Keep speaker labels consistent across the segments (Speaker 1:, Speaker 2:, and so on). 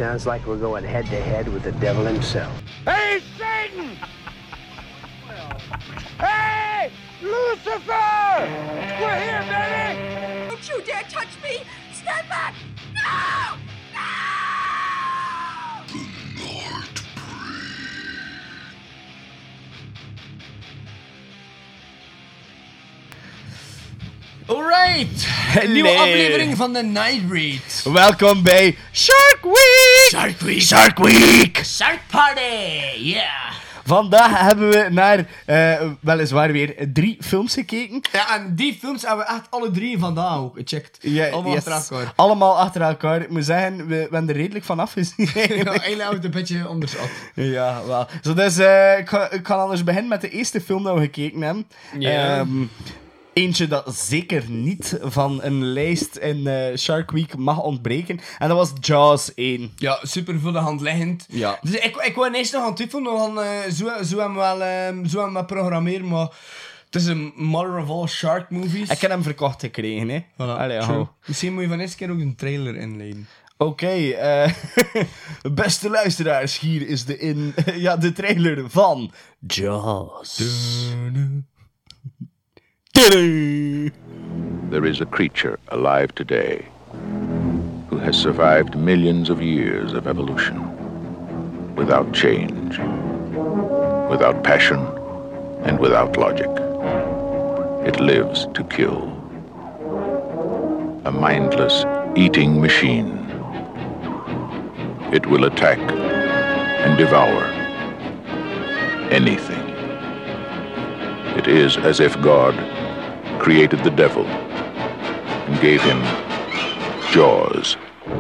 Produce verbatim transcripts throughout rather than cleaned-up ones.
Speaker 1: Sounds like we're going head to head with the devil himself.
Speaker 2: Hey, Satan! Hey, Lucifer! We're here, baby!
Speaker 3: Don't you dare touch me! Stand back! No!
Speaker 4: Alright, een nieuwe
Speaker 5: Nee.
Speaker 4: aflevering van de Nightbreed.
Speaker 5: Welkom bij Shark Week!
Speaker 4: Shark Week.
Speaker 5: Shark Week!
Speaker 4: Shark Party, yeah!
Speaker 5: Vandaag hebben we naar, uh, weliswaar weer, drie films gekeken.
Speaker 4: Ja, en die films hebben we echt alle drie vandaag ook gecheckt.
Speaker 5: Ja,
Speaker 4: Allemaal
Speaker 5: yes.
Speaker 4: achter elkaar.
Speaker 5: Allemaal achter elkaar. Ik moet zeggen, we, we hebben er redelijk van afgezien.
Speaker 4: Ja, eigenlijk hebben we het een beetje onderschat.
Speaker 5: Ja, wel. Zo, dus uh, ik, ga, ik kan anders beginnen met de eerste film dat we gekeken hebben.
Speaker 4: Ja.
Speaker 5: Ehm, eentje dat zeker niet van een lijst in uh, Shark Week mag ontbreken. En dat was Jaws één.
Speaker 4: Ja, super voor de hand liggend.
Speaker 5: Ja.
Speaker 4: Dus ik, ik wou ineens nog aan twijfelen, nog aan, uh, zo, zo hebben we wel, um, zo hebben we programmeren, maar het is een mother of all shark movies.
Speaker 5: Ik heb hem verkocht gekregen, hè.
Speaker 4: Voilà,
Speaker 5: Allee,
Speaker 4: true.
Speaker 5: hou.
Speaker 4: Misschien moet je van eerste keer ook een trailer inleiden.
Speaker 5: Oké, okay, uh, beste luisteraars, hier is de, in, ja, de trailer van Jaws.
Speaker 6: There is a creature alive today who has survived millions of years of evolution without change, without passion, and without logic. It lives to kill. A mindless eating machine. It will attack and devour anything. It is as if God created the devil and gave him jaws.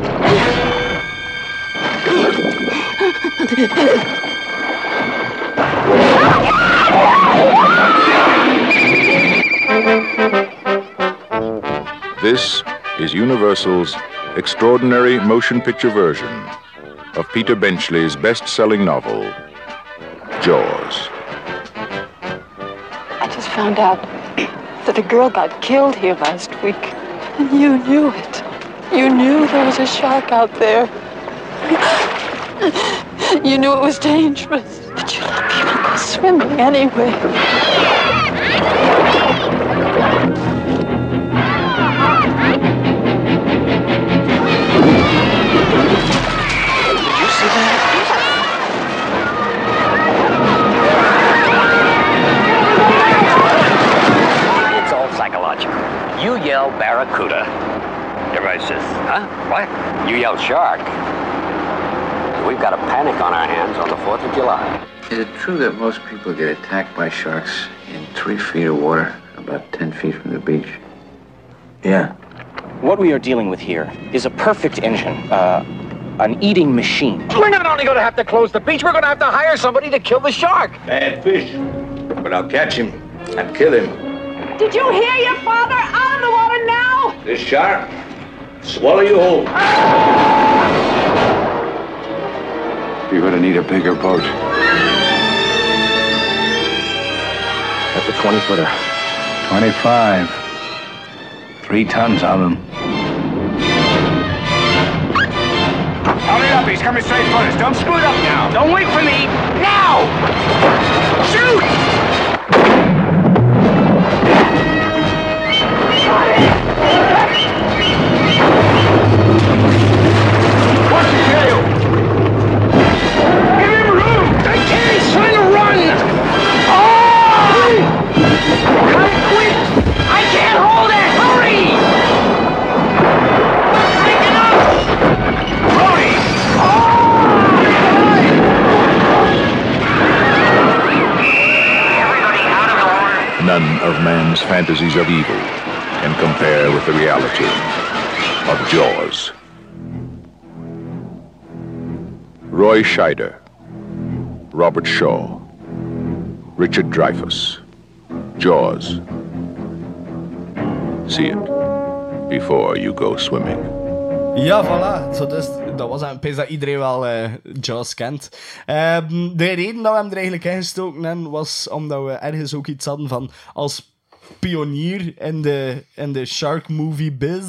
Speaker 6: This is Universal's extraordinary motion picture version of Peter Benchley's best-selling novel, Jaws.
Speaker 7: I just found out that a girl got killed here last week. And you knew it. You knew there was a shark out there. You knew it was dangerous. But you let people go swimming anyway. Did you see that?
Speaker 8: Psychological. You yell barracuda. Everybody says, huh? What? You yell shark. We've got a panic on our hands on the fourth of July.
Speaker 9: Is it true that most people get attacked by sharks in three feet of water, about ten feet from the beach? Yeah.
Speaker 10: What we are dealing with here is a perfect engine, uh, an eating machine.
Speaker 8: We're not only going to have to close the beach, we're going to have to hire somebody to kill the shark.
Speaker 9: Bad fish. But I'll catch him and kill him.
Speaker 3: Did you hear your father? Out of the water now!
Speaker 9: This shark, swallow you whole. You're gonna need a bigger boat.
Speaker 10: That's a twenty-footer.
Speaker 9: twenty-five. Three tons of them.
Speaker 8: Hurry up, he's coming straight for us. Don't screw it up now. Don't wait for me. Now! Shoot! What's he tell you? Give him room! I can't! He's trying to run! Oh! Come quick! I can't hold it! Hurry! Break it up! Brody! Everybody out of the water!
Speaker 6: None of man's fantasies of evil can compare with the reality of Jaws. Roy Scheider, Robert Shaw, Richard Dreyfuss, Jaws. See it before you go swimming.
Speaker 5: Ja, voilà. Zo dus, dat was een pijs dat iedereen wel uh, Jaws kent. Um, de reden dat we hem er eigenlijk ingestoken hebben, was omdat we ergens ook iets hadden van als pionier in de, in de shark movie biz.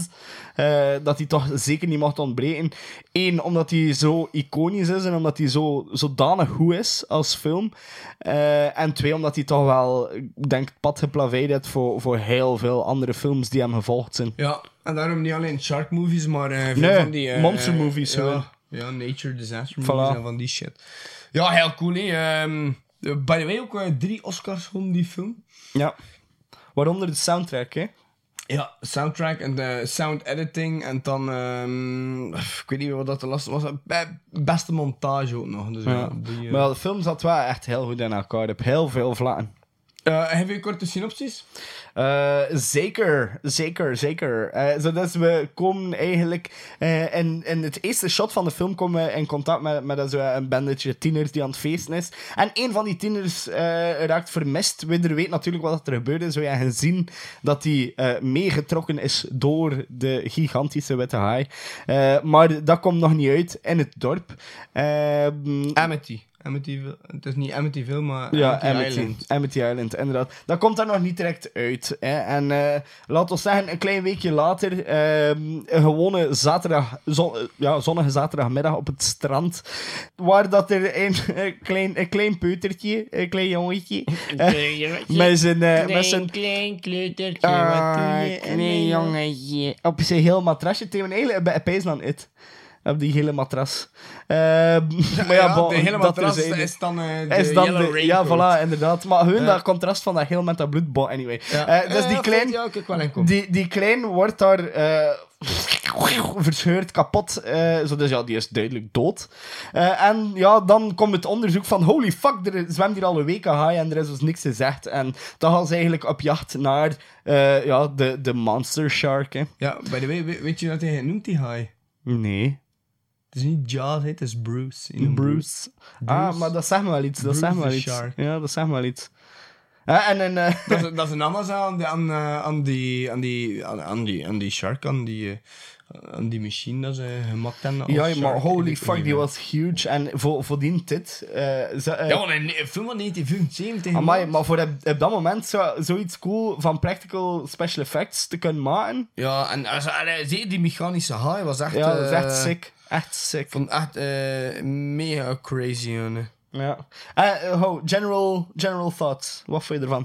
Speaker 5: Uh, dat hij toch zeker niet mocht ontbreken. Eén, omdat hij zo iconisch is en omdat hij zo zodanig goed is als film. Uh, en twee, omdat hij toch wel, ik denk, het pad geplaveid heeft voor, voor heel veel andere films die hem gevolgd zijn.
Speaker 4: Ja, en daarom niet alleen shark movies, maar uh, veel
Speaker 5: nee,
Speaker 4: van die... Uh,
Speaker 5: monster movies.
Speaker 4: Ja,
Speaker 5: Zo.
Speaker 4: ja, nature disaster
Speaker 5: Voilà.
Speaker 4: movies en van die shit. Ja, heel cool, hè. Um, by the way, ook uh, drie Oscars van die film.
Speaker 5: Ja. Waaronder de soundtrack, hè.
Speaker 4: Ja, soundtrack en de sound editing en dan, um, ik weet niet meer wat dat de laatste was, Be- beste montage ook nog. Dus, ja.
Speaker 5: Ja.
Speaker 4: Die, uh...
Speaker 5: Maar de film zat wel echt heel goed in elkaar. Op heel veel vlakken.
Speaker 4: Uh, heb je een korte synopsis?
Speaker 5: Uh, zeker, zeker, zeker. Uh, zo dus we komen eigenlijk... Uh, in, in het eerste shot van de film komen we in contact met, met zo een bandetje tieners die aan het feesten is. En een van die tieners uh, raakt vermist. We weet natuurlijk wat er gebeurde. Zo ja, gezien dat hij uh, meegetrokken is door de gigantische witte haai. Uh, maar dat komt nog niet uit in het dorp. Uh,
Speaker 4: Amity. Amityville. Het is niet Amityville, maar
Speaker 5: ja,
Speaker 4: Amity
Speaker 5: Amity
Speaker 4: Island.
Speaker 5: Amity Island, inderdaad. Dat komt daar nog niet direct uit. Hè. En uh, laten we zeggen, een klein weekje later, uh, een gewone zaterdag, zon, ja, zonnige zaterdagmiddag op het strand, waar dat er een, een, klein, een klein peutertje, een klein jongetje, uh, met zijn... Uh, met zijn
Speaker 11: klein kleutertje,
Speaker 5: uh,
Speaker 11: wat doe je?
Speaker 5: klein jongetje. Op zijn heel matrasje, tegen eigenlijk een pijs aan het. Op die hele matras. Uh, maar ja,
Speaker 4: ja,
Speaker 5: bon,
Speaker 4: de hele
Speaker 5: dat
Speaker 4: matras
Speaker 5: er zijn,
Speaker 4: is dan uh, de
Speaker 5: is dan
Speaker 4: yellow
Speaker 5: de, ja,
Speaker 4: raincoat.
Speaker 5: voilà, inderdaad. Maar hun,
Speaker 4: Ja.
Speaker 5: dat contrast van dat heel met dat bloed, bon, anyway.
Speaker 4: Ja.
Speaker 5: Uh, dus
Speaker 4: Uh,
Speaker 5: die
Speaker 4: ja,
Speaker 5: klein,
Speaker 4: ja, kijk wel enkel.
Speaker 5: die, die klein wordt daar uh, verscheurd, kapot. Uh, zo, dus ja, die is duidelijk dood. Uh, en ja, dan komt het onderzoek van holy fuck, er zwemt hier al een week een haai en er is dus niks gezegd. En dan gaan ze eigenlijk op jacht naar uh, ja, de, de monster shark. Hè.
Speaker 4: Ja, by the way, weet, weet je wat hij noemt, die haai?
Speaker 5: Nee.
Speaker 4: Het is niet Jaws, het is Bruce. You know
Speaker 5: Bruce. Ah, maar dat zegt me wel iets. Dat
Speaker 4: Bruce
Speaker 5: zegt me
Speaker 4: the
Speaker 5: wel iets.
Speaker 4: shark.
Speaker 5: Ja, dat zegt me wel iets. Uh, en een... Uh,
Speaker 4: dat, is, dat is een Amazon aan, die- aan, uh, aan, die, aan, die, aan, aan, die, aan die shark, aan die, uh, aan die machine dat ze gemaakt hebben. als
Speaker 5: ja, maar
Speaker 4: shark.
Speaker 5: holy
Speaker 4: Ik
Speaker 5: fuck,
Speaker 4: weet
Speaker 5: die
Speaker 4: niet.
Speaker 5: was huge. En voor, voor die tit... Uh, ze, uh,
Speaker 4: Ja, maar een een film van negentien vijfenzeventig.
Speaker 5: amai, maar voor op, op dat moment zo, zoiets cool van practical special effects te kunnen maken...
Speaker 4: Ja, en also, allee, zeker die mechanische haai was echt...
Speaker 5: Ja, dat is echt
Speaker 4: eh,
Speaker 5: sick. Echt sick.
Speaker 4: Ik vond het echt uh, mega crazy, jongen.
Speaker 5: Ja. Uh, uh, ho, general, general thoughts. Wat vond je ervan?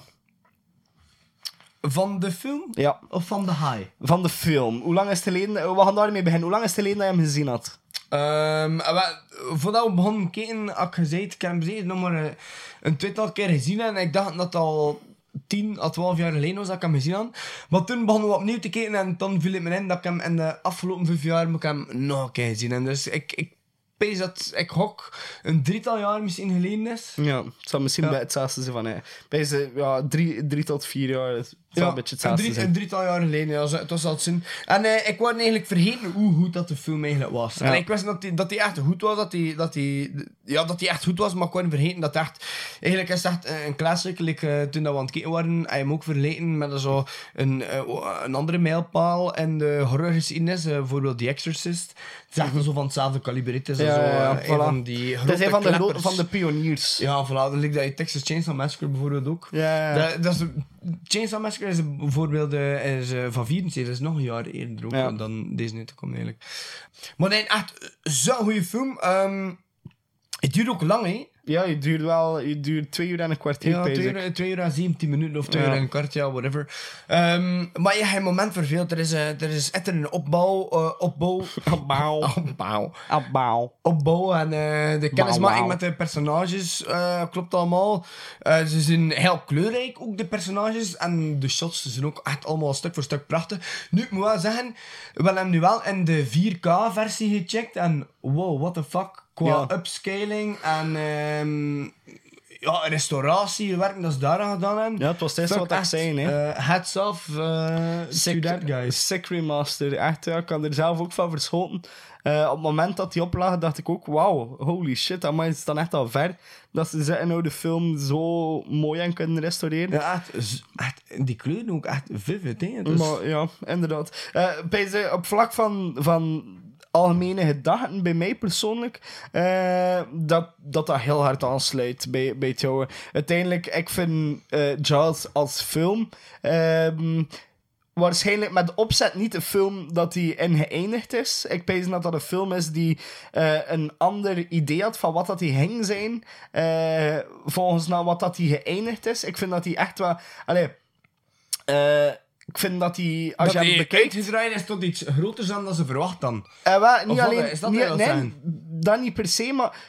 Speaker 4: Van de film?
Speaker 5: Ja.
Speaker 4: Of van de haai?
Speaker 5: Van de film. Hoe lang is het geleden... We gaan daarmee beginnen. Hoe lang is het geleden dat je hem gezien had?
Speaker 4: Um, voordat we begonnen kijken, had ik gezegd, ik heb hem zeker nog maar uh, een tweetal keer gezien en ik dacht dat het al tien à twaalf jaar geleden was dat ik hem gezien had. Maar toen begonnen we opnieuw te kijken en dan viel het me in dat ik hem in de afgelopen vijf jaar moet ik hem nog een keer gezien. En dus ik, ik pees dat ik gok een drietal jaar misschien geleden is.
Speaker 5: Ja, het zou misschien
Speaker 4: Ja.
Speaker 5: bij hetzelfde zijn van... Hey, bij ze, ja, drie, drie tot vier jaar. Het zou een beetje
Speaker 4: een,
Speaker 5: hetzelfde
Speaker 4: drie,
Speaker 5: zijn.
Speaker 4: een drietal jaar geleden, ja, zo- het was al het zin. En uh, ik was eigenlijk vergeten hoe goed dat de film eigenlijk was.
Speaker 5: Ja.
Speaker 4: En ik wist dat die, dat die echt goed was, dat die, dat die, ja, dat die echt goed was, maar ik was vergeten dat het echt, eigenlijk is het echt uh, een classic. Like, uh, toen dat we aan het kijken waren, heb je hem ook vergeleken met zo een, uh, een andere mijlpaal in de horrorgeschiedenis, uh, bijvoorbeeld The Exorcist. Het is echt zo van hetzelfde kaliber. Het is
Speaker 5: Ja,
Speaker 4: zo, uh,
Speaker 5: ja,
Speaker 4: een
Speaker 5: voilà.
Speaker 4: van die
Speaker 5: Het is een van de,
Speaker 4: kleppers.
Speaker 5: gro- van de pioniers.
Speaker 4: Ja, voilà. Dat lijkt dat je Texas Chainsaw Massacre bijvoorbeeld ook.
Speaker 5: Ja, ja.
Speaker 4: Dat, dat is, Chainsaw Massacre is bijvoorbeeld uh, is, uh, van vierenzeventig, dat is nog een jaar eerder ook
Speaker 5: Ja.
Speaker 4: dan deze nu te komen eigenlijk. Maar nee, echt zo'n goede film. Um, het duurt ook lang, hè?
Speaker 5: Ja, je duurt wel je duurt twee uur en een kwartier.
Speaker 4: Ja,
Speaker 5: pees
Speaker 4: twee
Speaker 5: ik.
Speaker 4: uur, twee uur en zeventien minuten of twee
Speaker 5: Ja.
Speaker 4: uur en een kwart, ja, whatever. Um, maar je hebt een moment verveeld. Er is, uh, er is echt een opbouw, uh, opbouw,
Speaker 5: Opbouw.
Speaker 4: opbouw,
Speaker 5: Opbouw.
Speaker 4: opbouw en uh, de kennismaking
Speaker 5: wauw.
Speaker 4: met de personages uh, klopt allemaal. Uh, ze zijn heel kleurrijk, ook de personages. En de shots zijn ook echt allemaal stuk voor stuk prachtig. Nu, ik moet wel zeggen, we hebben hem nu wel in de vier K versie gecheckt. En wow, what the fuck. Qua
Speaker 5: Ja.
Speaker 4: upscaling en um, ja, restauratiewerk dat ze daar aan gedaan hebben.
Speaker 5: Ja, het was het eerste
Speaker 4: Fuck,
Speaker 5: wat ik
Speaker 4: echt,
Speaker 5: zei, hè.
Speaker 4: uh, hats off uh, to
Speaker 5: Sick,
Speaker 4: that guys.
Speaker 5: sick remaster. Echt, ja, ik kan er zelf ook van verschoten. Uh, op het moment dat die oplagen, dacht ik ook, wauw, holy shit, amai, het is dan echt al ver dat ze zeggen, nou, de film zo mooi en kunnen restaureren.
Speaker 4: Ja, echt, z- echt, die kleuren ook echt vivid, hè. Dus,
Speaker 5: Maar ja, inderdaad. Uh, bij ze, op vlak van, van algemene gedachten, bij mij persoonlijk, uh, dat, dat dat heel hard aansluit bij, bij het jouwe. Uiteindelijk, ik vind uh, Jaws als film... Um, waarschijnlijk met opzet niet de film dat die in geëindigd is. Ik pijs dat dat een film is die uh, een ander idee had van wat dat die ging zijn. Uh, volgens nou wat dat die geëindigd is. Ik vind dat die echt wel... Allee... Uh, ik vind dat die... Als
Speaker 4: dat
Speaker 5: je hem
Speaker 4: die
Speaker 5: bekijkt...
Speaker 4: uitgedraaid is tot iets groter dan dat ze verwacht dan.
Speaker 5: Uh, wel, niet
Speaker 4: of wat,
Speaker 5: alleen...
Speaker 4: is dat
Speaker 5: niet,
Speaker 4: wat
Speaker 5: nee,
Speaker 4: zeggen?
Speaker 5: dat niet per se, maar...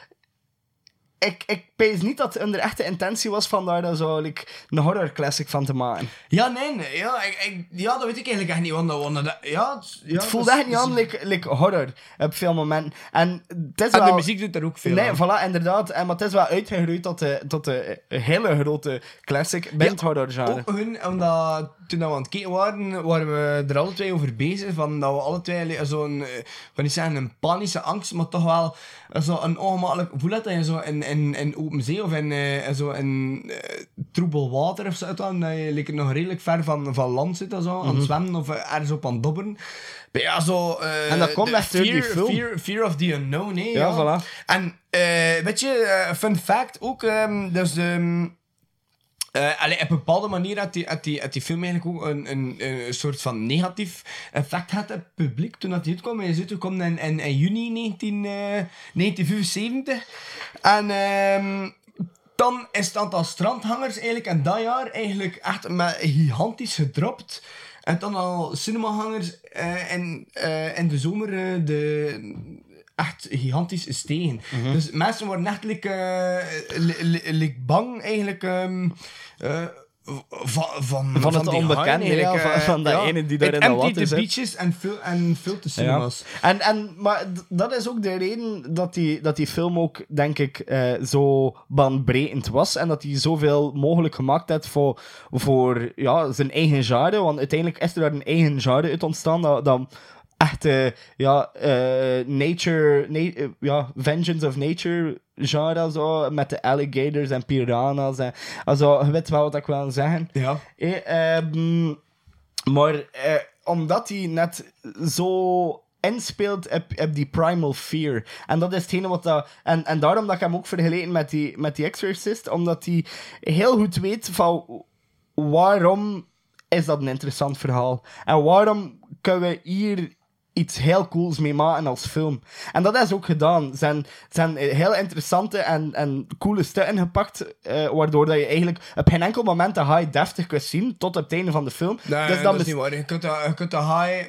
Speaker 5: Ik, ik pees niet dat er echte intentie was van daar zo like, een horror classic van te maken.
Speaker 4: Ja, nee, nee ja, ik, ik, ja, dat weet ik eigenlijk echt niet. Want dat, want dat, ja, het, ja,
Speaker 5: het voelt echt niet aan like, like horror op veel momenten. En, het is
Speaker 4: en
Speaker 5: wel,
Speaker 4: de muziek doet er ook veel
Speaker 5: nee,
Speaker 4: aan.
Speaker 5: Voilà, inderdaad. En, maar het is wel uitgegroeid tot de, tot de hele grote classic binnen het horror genre.
Speaker 4: Ook hun, omdat toen we aan het kijken waren, waren we er alle twee over bezig. Van dat we alle twee zo'n, ik wil niet zeggen een panische angst, maar toch wel zo een ongemakkelijk gevoel had dat je zo in, in, in open zee of in, uh, zo in uh, troebel water of zo, dan, dat je like, nog redelijk ver van, van land zit of zo, mm-hmm. aan het zwemmen of uh, ergens op aan het dobberen. Ja, zo... Uh,
Speaker 5: en dat komt echt door die film.
Speaker 4: Fear, fear of the unknown, hè.
Speaker 5: Ja,
Speaker 4: ja.
Speaker 5: voilà.
Speaker 4: En, uh, weet je, uh, fun fact ook, um, dus... Um, Uh, allee, op een bepaalde manier had die, had die, had die film eigenlijk ook een, een, een soort van negatief effect gehad op het publiek toen dat die uitkwam. En je ziet, kwam in, in, in juni negentien, uh, negentien vijfenzeventig. En um, dan is het aantal strandhangers eigenlijk in dat jaar eigenlijk echt met gigantisch gedropt. En dan al cinemahangers uh, in, uh, in de zomer uh, de... echt gigantisch stegen. Mm-hmm. Dus mensen worden echt like, uh, li, li, li, bang eigenlijk um, uh, van, van,
Speaker 5: van het
Speaker 4: van
Speaker 5: onbekende, ja, uh, van, van dat ja. ene die daar in de water zit.
Speaker 4: de beaches en veel, en veel te cinemas.
Speaker 5: Ja. En, en, maar d- dat is ook de reden dat die, dat die film ook, denk ik, uh, zo baanbrekend was. En dat hij zoveel mogelijk gemaakt heeft voor, voor ja, zijn eigen genre. Want uiteindelijk is er daar een eigen genre uit ontstaan dat... dat echte, ja, uh, nature, na- uh, ja, Vengeance of Nature genre, zo, met de alligators en piranha's. En, also, je weet wel wat ik wil zeggen.
Speaker 4: Ja.
Speaker 5: Eh, um, maar uh, omdat hij net zo inspeelt op, op die primal fear. En dat is hetgene wat dat... En, en daarom dat ik hem ook vergeleken met die, met die Exorcist, omdat hij heel goed weet van waarom is dat een interessant verhaal. En waarom kunnen we hier iets heel cools mee maken als film. En dat is ook gedaan. Ze zijn, zijn heel interessante en, en coole stukken gepakt, uh, waardoor dat je eigenlijk op geen enkel moment de high deftig kunt zien, tot op het einde van de film.
Speaker 4: Nee,
Speaker 5: dus
Speaker 4: dat
Speaker 5: is
Speaker 4: mis... niet waar. Je kunt de, je kunt de high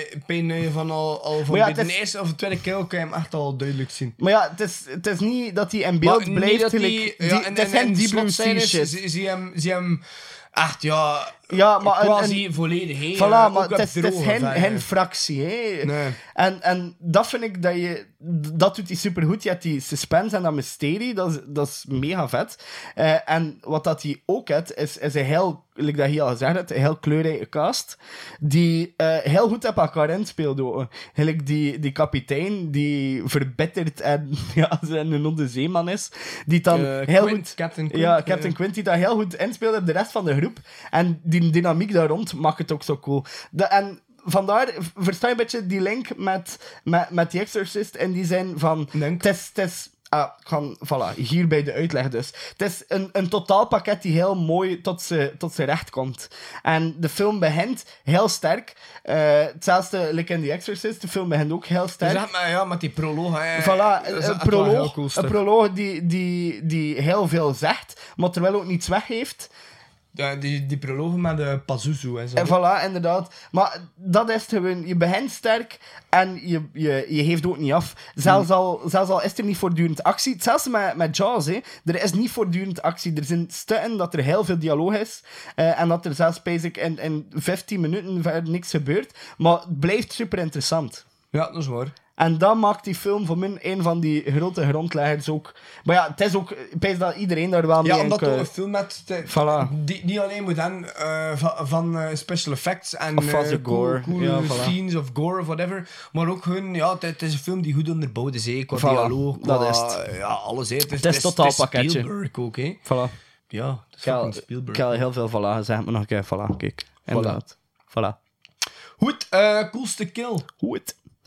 Speaker 4: eh, van al, al van
Speaker 5: ja,
Speaker 4: bij de
Speaker 5: is...
Speaker 4: eerste of de tweede kill kun je hem echt al duidelijk zien.
Speaker 5: Maar ja, het is, het is niet dat hij in beeld
Speaker 4: maar
Speaker 5: blijft.
Speaker 4: Die,
Speaker 5: die,
Speaker 4: ja,
Speaker 5: die,
Speaker 4: en,
Speaker 5: dat is
Speaker 4: en,
Speaker 5: geen
Speaker 4: en
Speaker 5: Deep Blue Sea shit.
Speaker 4: Zie, zie hem... Zie hem echt, ja...
Speaker 5: Ja, maar...
Speaker 4: Quasi
Speaker 5: en,
Speaker 4: volledig, hè.
Speaker 5: Voilà, maar het is, het is geen,
Speaker 4: van,
Speaker 5: geen fractie, hè.
Speaker 4: Nee.
Speaker 5: En, en dat vind ik dat je... Dat doet hij supergoed. Je hebt die suspense en dat mysterie. Dat is, dat is mega vet. Uh, en wat dat hij ook heeft, is, is een heel... Like dat je al gezegd hebt, een heel kleurrijke cast. Die uh, heel goed op elkaar inspeelt. Gelijk die, die kapitein, die verbitterd en ja, een onde zeeman is. Die dan
Speaker 4: uh,
Speaker 5: heel
Speaker 4: Quint,
Speaker 5: goed...
Speaker 4: Captain Quint,
Speaker 5: ja, Captain uh, Quint, die dat heel goed inspeelt op de rest van de groep. En die dynamiek daar rond maakt het ook zo cool. De, en vandaar, versta je een beetje die link met, met, met The Exorcist in die zin van... Het is... Het is Ah, ik ga, voilà, hier bij de uitleg dus. Het is een, een totaalpakket die heel mooi tot zijn tot recht komt. En de film begint heel sterk. Uh, hetzelfde like in The Exorcist, de film begint ook heel sterk.
Speaker 4: Zeg maar, ja, met die proloog. Hè,
Speaker 5: voilà, een, een proloog,
Speaker 4: cool
Speaker 5: een proloog die, die, die heel veel zegt, maar terwijl ook niets weggeeft.
Speaker 4: Ja, die, die prologen met de Pazuzu en zo.
Speaker 5: En voilà, inderdaad. Maar dat is het gewoon. Je begint sterk en je, je, je geeft ook niet af. Zelfs, mm. al, zelfs al is er niet voortdurend actie. Hetzelfde met, met Jaws. Hè. Er is niet voortdurend actie. Er zijn stukken dat er heel veel dialoog is. Uh, en dat er zelfs basic in, in vijftien minuten verder niks gebeurt. Maar het blijft super interessant.
Speaker 4: Ja, dat is waar.
Speaker 5: En dat maakt die film voor mij een van die grote grondleggers ook. Maar ja, het is ook... Ik denk dat iedereen daar wel mee
Speaker 4: ja, omdat
Speaker 5: in...
Speaker 4: het een film met... Te,
Speaker 5: voilà.
Speaker 4: die, niet alleen moet dan uh, van, van uh, special effects en
Speaker 5: of uh,
Speaker 4: cool, cool
Speaker 5: ja, voilà.
Speaker 4: scenes of gore of whatever. Maar ook hun... Ja, het is een film die goed onderbouwd is, hè, qua
Speaker 5: voilà,
Speaker 4: dialoog, qua...
Speaker 5: dat is het.
Speaker 4: Ja, alles, hè. Het is,
Speaker 5: het is totaal pakketje.
Speaker 4: Spielberg ook, hè.
Speaker 5: Voilà.
Speaker 4: Ja, het is fucking Spielberg.
Speaker 5: Ik heb heel veel voilà gezegd, maar nog een keer voilà, kijk. Inderdaad. Voilà.
Speaker 4: Goed, uh, coolste kill.
Speaker 5: Goed.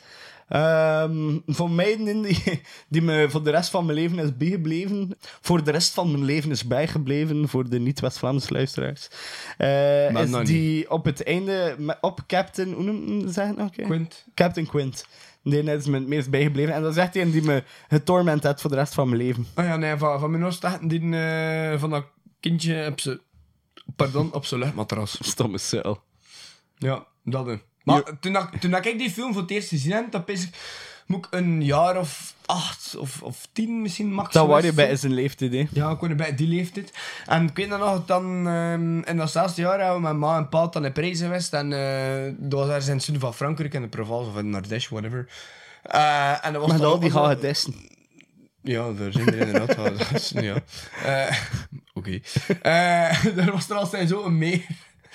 Speaker 5: Um, voor mij, die, die me voor de rest van mijn leven is bijgebleven. Voor de rest van mijn leven is bijgebleven. Voor de niet-West-Vlaamse luisteraars. Uh, is die op het einde, op Captain, hoe noem je zeggen? Okay.
Speaker 4: Quint.
Speaker 5: Captain Quint. Die is me het meest bijgebleven. En dat is echt een die me getorment heeft voor de rest van mijn leven.
Speaker 4: Oh ja, nee, van, van mijn oorstaten die uh, van dat kindje op zijn... Pardon, op zijn luchtmatras.
Speaker 5: Stomme cel.
Speaker 4: Ja, dat is. Maar ja. toen, ik, toen ik die film voor het eerst gezien heb, dat is ik, moet ik een jaar of acht of, of tien misschien max.
Speaker 5: Dat was je bij zijn leeftijd, hè?
Speaker 4: Ja, ik was bij die leeftijd. En ik weet dan nog, dan, um, in dat zesde jaar hebben we met ma en pa dan in Parijs geweest. En uh, dat was ergens in het zuiden van Frankrijk, in de Provence of in Ardèche, whatever. Uh, en dat was
Speaker 5: met
Speaker 4: dan
Speaker 5: al die gagedessen.
Speaker 4: Ja, daar zijn er inderdaad. ja. uh, Oké. Okay. Uh, er was trouwens zo een meer.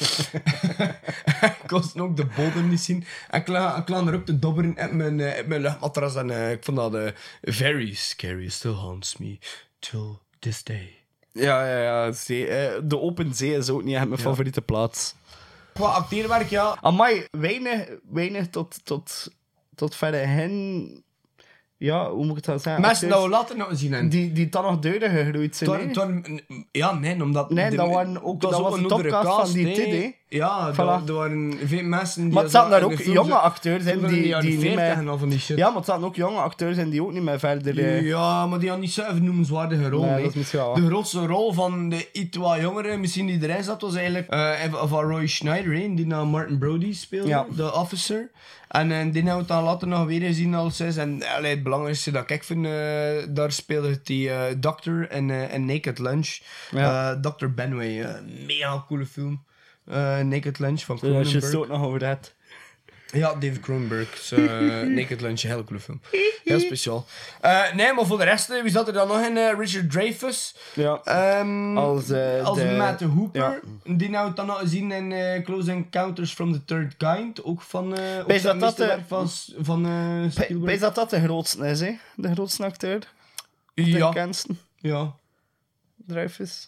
Speaker 4: Ik kon ook de bodem niet zien. En ik lag er ook te dobberen in mijn, uh, mijn luchtmatras. En uh, ik vond dat uh, very scary. Still haunts me till this day.
Speaker 5: Ja, ja, ja. Zee, uh, de open zee is ook niet echt mijn ja. favoriete plaats.
Speaker 4: Qua acteerwerk, ja.
Speaker 5: Amai, weinig, weinig tot, tot, tot verder hen... Ja, hoe moet ik het dan zeggen?
Speaker 4: Mensen dat we later nog zien hebben.
Speaker 5: Die, die dan nog deuren gegroeid zijn,
Speaker 4: Toen, toen, ja, nee, omdat...
Speaker 5: Nee, de, dat, waren ook, dat, dat was een topcast van die tijd, hè?
Speaker 4: Ja, voilà. er waren veel mensen... Die
Speaker 5: maar het zaten daar ook jonge acteurs in die, die, die niet meer...
Speaker 4: Van die shit.
Speaker 5: Ja, maar het zaten ook jonge acteurs in die ook niet meer verder... Uh...
Speaker 4: Ja, maar die hadden niet zo'n noemenswaardige rol.
Speaker 5: Nee, dat is
Speaker 4: de grootste rol van de iets wat jongeren, misschien die erin zat, was eigenlijk uh, van Roy Schneider, hè, die naar Martin Brody speelde, ja. de officer. En uh, die hebben we dan later nog weer gezien als is. En allee, het belangrijkste dat ik vind, uh, daar speelde die uh, Doctor in, uh, in Naked Lunch. Ja. Uh, doctor Benway, uh, mega coole film. Uh, Naked Lunch van Cronenberg.
Speaker 5: Ja, je stoot nog over dat.
Speaker 4: Ja, David Cronenberg. Uh, Naked Lunch, een hele coole film. Heel speciaal. Uh, nee, maar voor de rest, wie zat er dan nog in? Uh, Richard Dreyfuss.
Speaker 5: Ja.
Speaker 4: Um,
Speaker 5: als uh,
Speaker 4: als
Speaker 5: de...
Speaker 4: Matt Hooper.
Speaker 5: Ja.
Speaker 4: Die nou dan nog gezien in uh, Close Encounters from the Third Kind. Ook van, uh, ook
Speaker 5: dat dat de...
Speaker 4: van, van uh, Spielberg.
Speaker 5: Wees dat dat de grootste is, hè? De grootste acteur?
Speaker 4: Ja.
Speaker 5: De bekendste?
Speaker 4: Ja.
Speaker 5: Dreyfuss.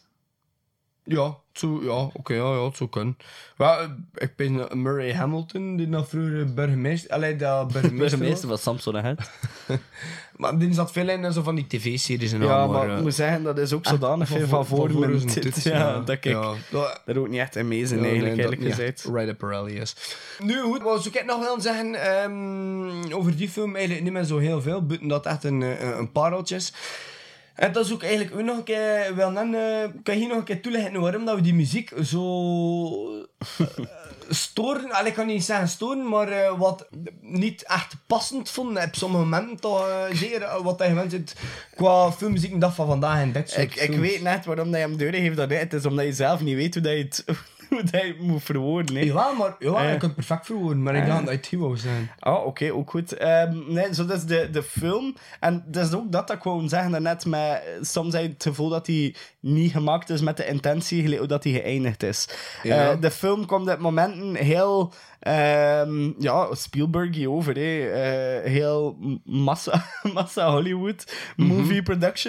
Speaker 4: Ja, zo, ja, oké, okay, ja, ja, het zou kunnen. Ja, ik ben Murray Hamilton, die nog vroeger burgemeester... Allee, dat burgemeester
Speaker 5: burgemeester van Samson en Het.
Speaker 4: Maar die zat veel in zo van die tv-series en
Speaker 5: ja,
Speaker 4: al.
Speaker 5: Maar
Speaker 4: uh,
Speaker 5: ik moet zeggen, dat is ook zodanig veel van voor mijn tit. Ja, ja, dat ik
Speaker 4: ja.
Speaker 5: daar ook niet echt in mee zijn,
Speaker 4: ja,
Speaker 5: eigenlijk,
Speaker 4: nee,
Speaker 5: eerlijk gezegd.
Speaker 4: Right up our alley is. Nu, goed, wat zou ik nog wel zeggen um, over die film? Eigenlijk niet meer zo heel veel, buiten dat echt een, een, een pareltje is. En dat is ook eigenlijk ook nog een keer... Wel, dan uh, kan je hier nog een keer toelichten waarom dat we die muziek zo... Uh, storen... Allee, ik kan niet zeggen storen, maar uh, wat niet echt passend vonden. Op sommige momenten toch uh, zeker uh, wat je gewend zit qua filmmuziek en dag van vandaag en dat soort
Speaker 5: ik, ik weet net waarom dat je hem deuren heeft dat niet. Het is omdat je zelf niet weet hoe dat je het... hoe dat je moet verwoorden. Nee.
Speaker 4: Ja, maar ja, uh, ik kan het perfect verwoorden, maar ik
Speaker 5: uh,
Speaker 4: dacht dat het hier wou zijn.
Speaker 5: Ah, oké, okay, ook goed. Um, nee, zo dat is de, de film. En dat is ook dat dat ik wou zeggen daarnet. Met, soms heb je het gevoel dat hij niet gemaakt is met de intentie hoe dat hij geëindigd is. Ja. Uh, de film komt op momenten heel... Um, ja, Spielberg over, hè. Uh, heel massa, massa Hollywood movie mm-hmm. production.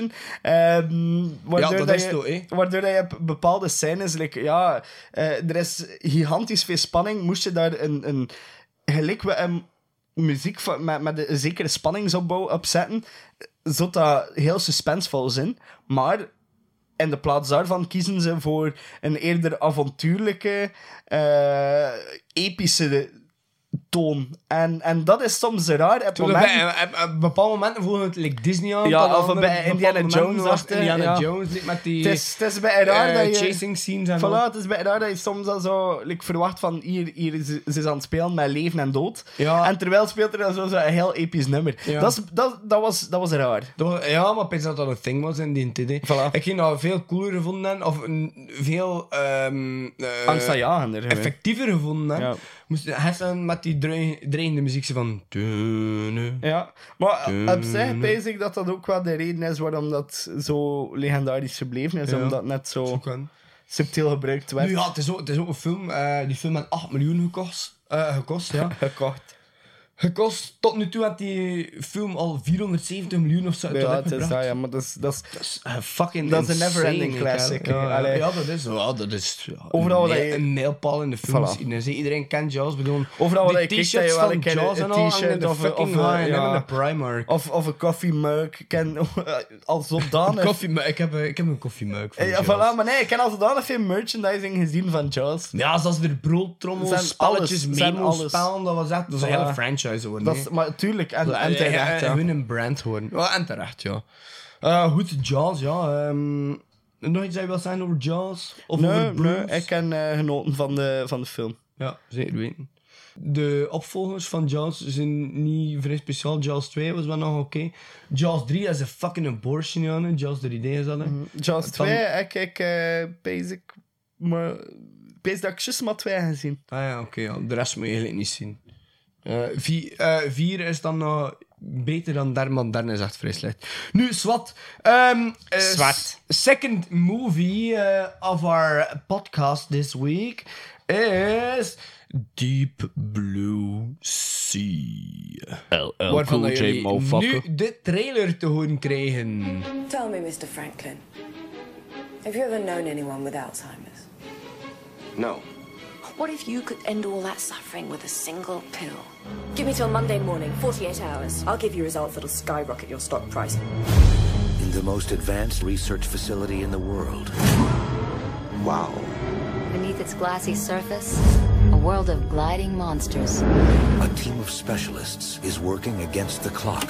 Speaker 5: Um,
Speaker 4: ja, dat, dat is
Speaker 5: je,
Speaker 4: toch, hè?
Speaker 5: Waardoor dat je bepaalde scènes, like, ja, uh, er is gigantisch veel spanning. Moest je daar een, een gelijk we een muziek van, met, met een zekere spanningsopbouw opzetten, zodat dat heel suspensevol zijn. Maar in de plaats daarvan kiezen ze voor een eerder avontuurlijke, uh, epische toon. En, en dat is soms raar. Op
Speaker 4: een bepaald moment voelen we het like Disney aan.
Speaker 5: Ja, of bij Indiana Jones.
Speaker 4: Was Indiana ja. Jones met die
Speaker 5: het is, het is bij raar uh, dat je...
Speaker 4: chasing scenes en
Speaker 5: voilà, het is bij raar dat je soms al zo like, verwacht van hier, hier is, ze is aan het spelen met leven en dood.
Speaker 4: Ja.
Speaker 5: En terwijl speelt er dan zo, zo een heel episch nummer. Ja. Dat, is, dat, dat, was, dat was raar.
Speaker 4: Dat was, ja, maar ik denk dat dat een thing was in die tijd.
Speaker 5: Voilà.
Speaker 4: Ik ging dat veel cooler gevonden of een, veel um, uh,
Speaker 5: angstaanjagender.
Speaker 4: Effectiever gevonden.
Speaker 5: Ja.
Speaker 4: Moest Hessen met die dreigende muziek van...
Speaker 5: Ja, maar op zich pijs ik dat dat ook wel de reden is waarom dat zo legendarisch gebleven is. Ja. Omdat het net zo subtiel gebruikt werd.
Speaker 4: Nu ja, het is ook, het is ook een film. Uh, die film had acht miljoen gekost. Uh, gekost ja.
Speaker 5: Gekocht.
Speaker 4: gekost. Tot nu toe had die film al vierhonderdzeventig miljoen of zo uit de
Speaker 5: Ja,
Speaker 4: lip
Speaker 5: het is
Speaker 4: gebracht.
Speaker 5: dat, ja, maar dat is... Dat is,
Speaker 4: Dat is uh, fucking
Speaker 5: Dat is een
Speaker 4: insane,
Speaker 5: never-ending
Speaker 4: ik,
Speaker 5: classic,
Speaker 4: hè.
Speaker 5: hè.
Speaker 4: Ja,
Speaker 5: Allee.
Speaker 4: ja, dat is... Ja, dat is ja,
Speaker 5: Overal
Speaker 4: een,
Speaker 5: waar
Speaker 4: mijl-
Speaker 5: je-
Speaker 4: een mijlpaal in de films.
Speaker 5: Voilà.
Speaker 4: Iedereen, iedereen kent Jaws. Bedoel,
Speaker 5: Overal waar
Speaker 4: die
Speaker 5: je kijkt,
Speaker 4: t-shirts
Speaker 5: heb je wel
Speaker 4: van
Speaker 5: een keer
Speaker 4: Jaws
Speaker 5: een
Speaker 4: en al hangen
Speaker 5: t-shirt
Speaker 4: in de
Speaker 5: of een-
Speaker 4: fucking
Speaker 5: of een-
Speaker 4: H en M
Speaker 5: ja.
Speaker 4: en de Primark.
Speaker 5: Of, of een koffiemeuk. Ik ken als zodanig...
Speaker 4: Koffie, ik, heb, ik heb een koffiemeuk van
Speaker 5: Ja,
Speaker 4: Jaws.
Speaker 5: voilà, maar nee, ik ken al zodanig veel merchandising gezien van Jaws.
Speaker 4: Ja, zoals er broodtrommels,
Speaker 5: Zijn
Speaker 4: spelletjes,
Speaker 5: alles, zijn
Speaker 4: memo-spellen, dat was echt... Dat is een
Speaker 5: Ja.
Speaker 4: hele franchise geworden.
Speaker 5: Dat
Speaker 4: hè.
Speaker 5: is, maar tuurlijk, en,
Speaker 4: Ja,
Speaker 5: en
Speaker 4: ja,
Speaker 5: terecht,
Speaker 4: ja,
Speaker 5: ja.
Speaker 4: Gewoon een brand geworden. Ja, en terecht, ja. Uh, goed, Jaws, ja. Um, nog iets dat je wil zeggen over Jaws? Of
Speaker 5: Nee,
Speaker 4: over Bruce?
Speaker 5: nee, ik heb uh, genoten van de, van de film.
Speaker 4: Ja, zeker weten. De opvolgers van Jaws zijn niet vrij speciaal. Jaws twee was wel nog oké. Okay. Jaws drie is een fucking abortion, ja. Jaws drie D is dat, hè.
Speaker 5: Mm, Jaws twee, ik ik uh, basic... Maar... Basic dat ik juist maar twee heb gezien.
Speaker 4: Ah ja, oké. Okay, ja. De rest moet je eigenlijk niet zien. Uh, vier, uh, vier is dan nog beter dan derde, maar derde is echt vrij slecht. Nu, zwart. Um, uh,
Speaker 5: Zwart.
Speaker 4: Second movie uh, of our podcast this week is Deep Blue Sea.
Speaker 5: L L
Speaker 4: Waarvan
Speaker 5: Cool
Speaker 4: dat
Speaker 5: J,
Speaker 4: jullie
Speaker 5: motherfucker.
Speaker 4: nu de trailer te horen krijgen.
Speaker 11: Tell me, Mister Franklin, have you ever known anyone with Alzheimer's?
Speaker 12: No.
Speaker 11: What if you could end all that suffering with a single pill? Give me till Monday morning, forty-eight hours. I'll give you results that'll skyrocket your stock price.
Speaker 12: In the most advanced research facility in the world. Wow.
Speaker 13: Beneath its glassy surface, a world of gliding monsters.
Speaker 12: A team of specialists is working against the clock.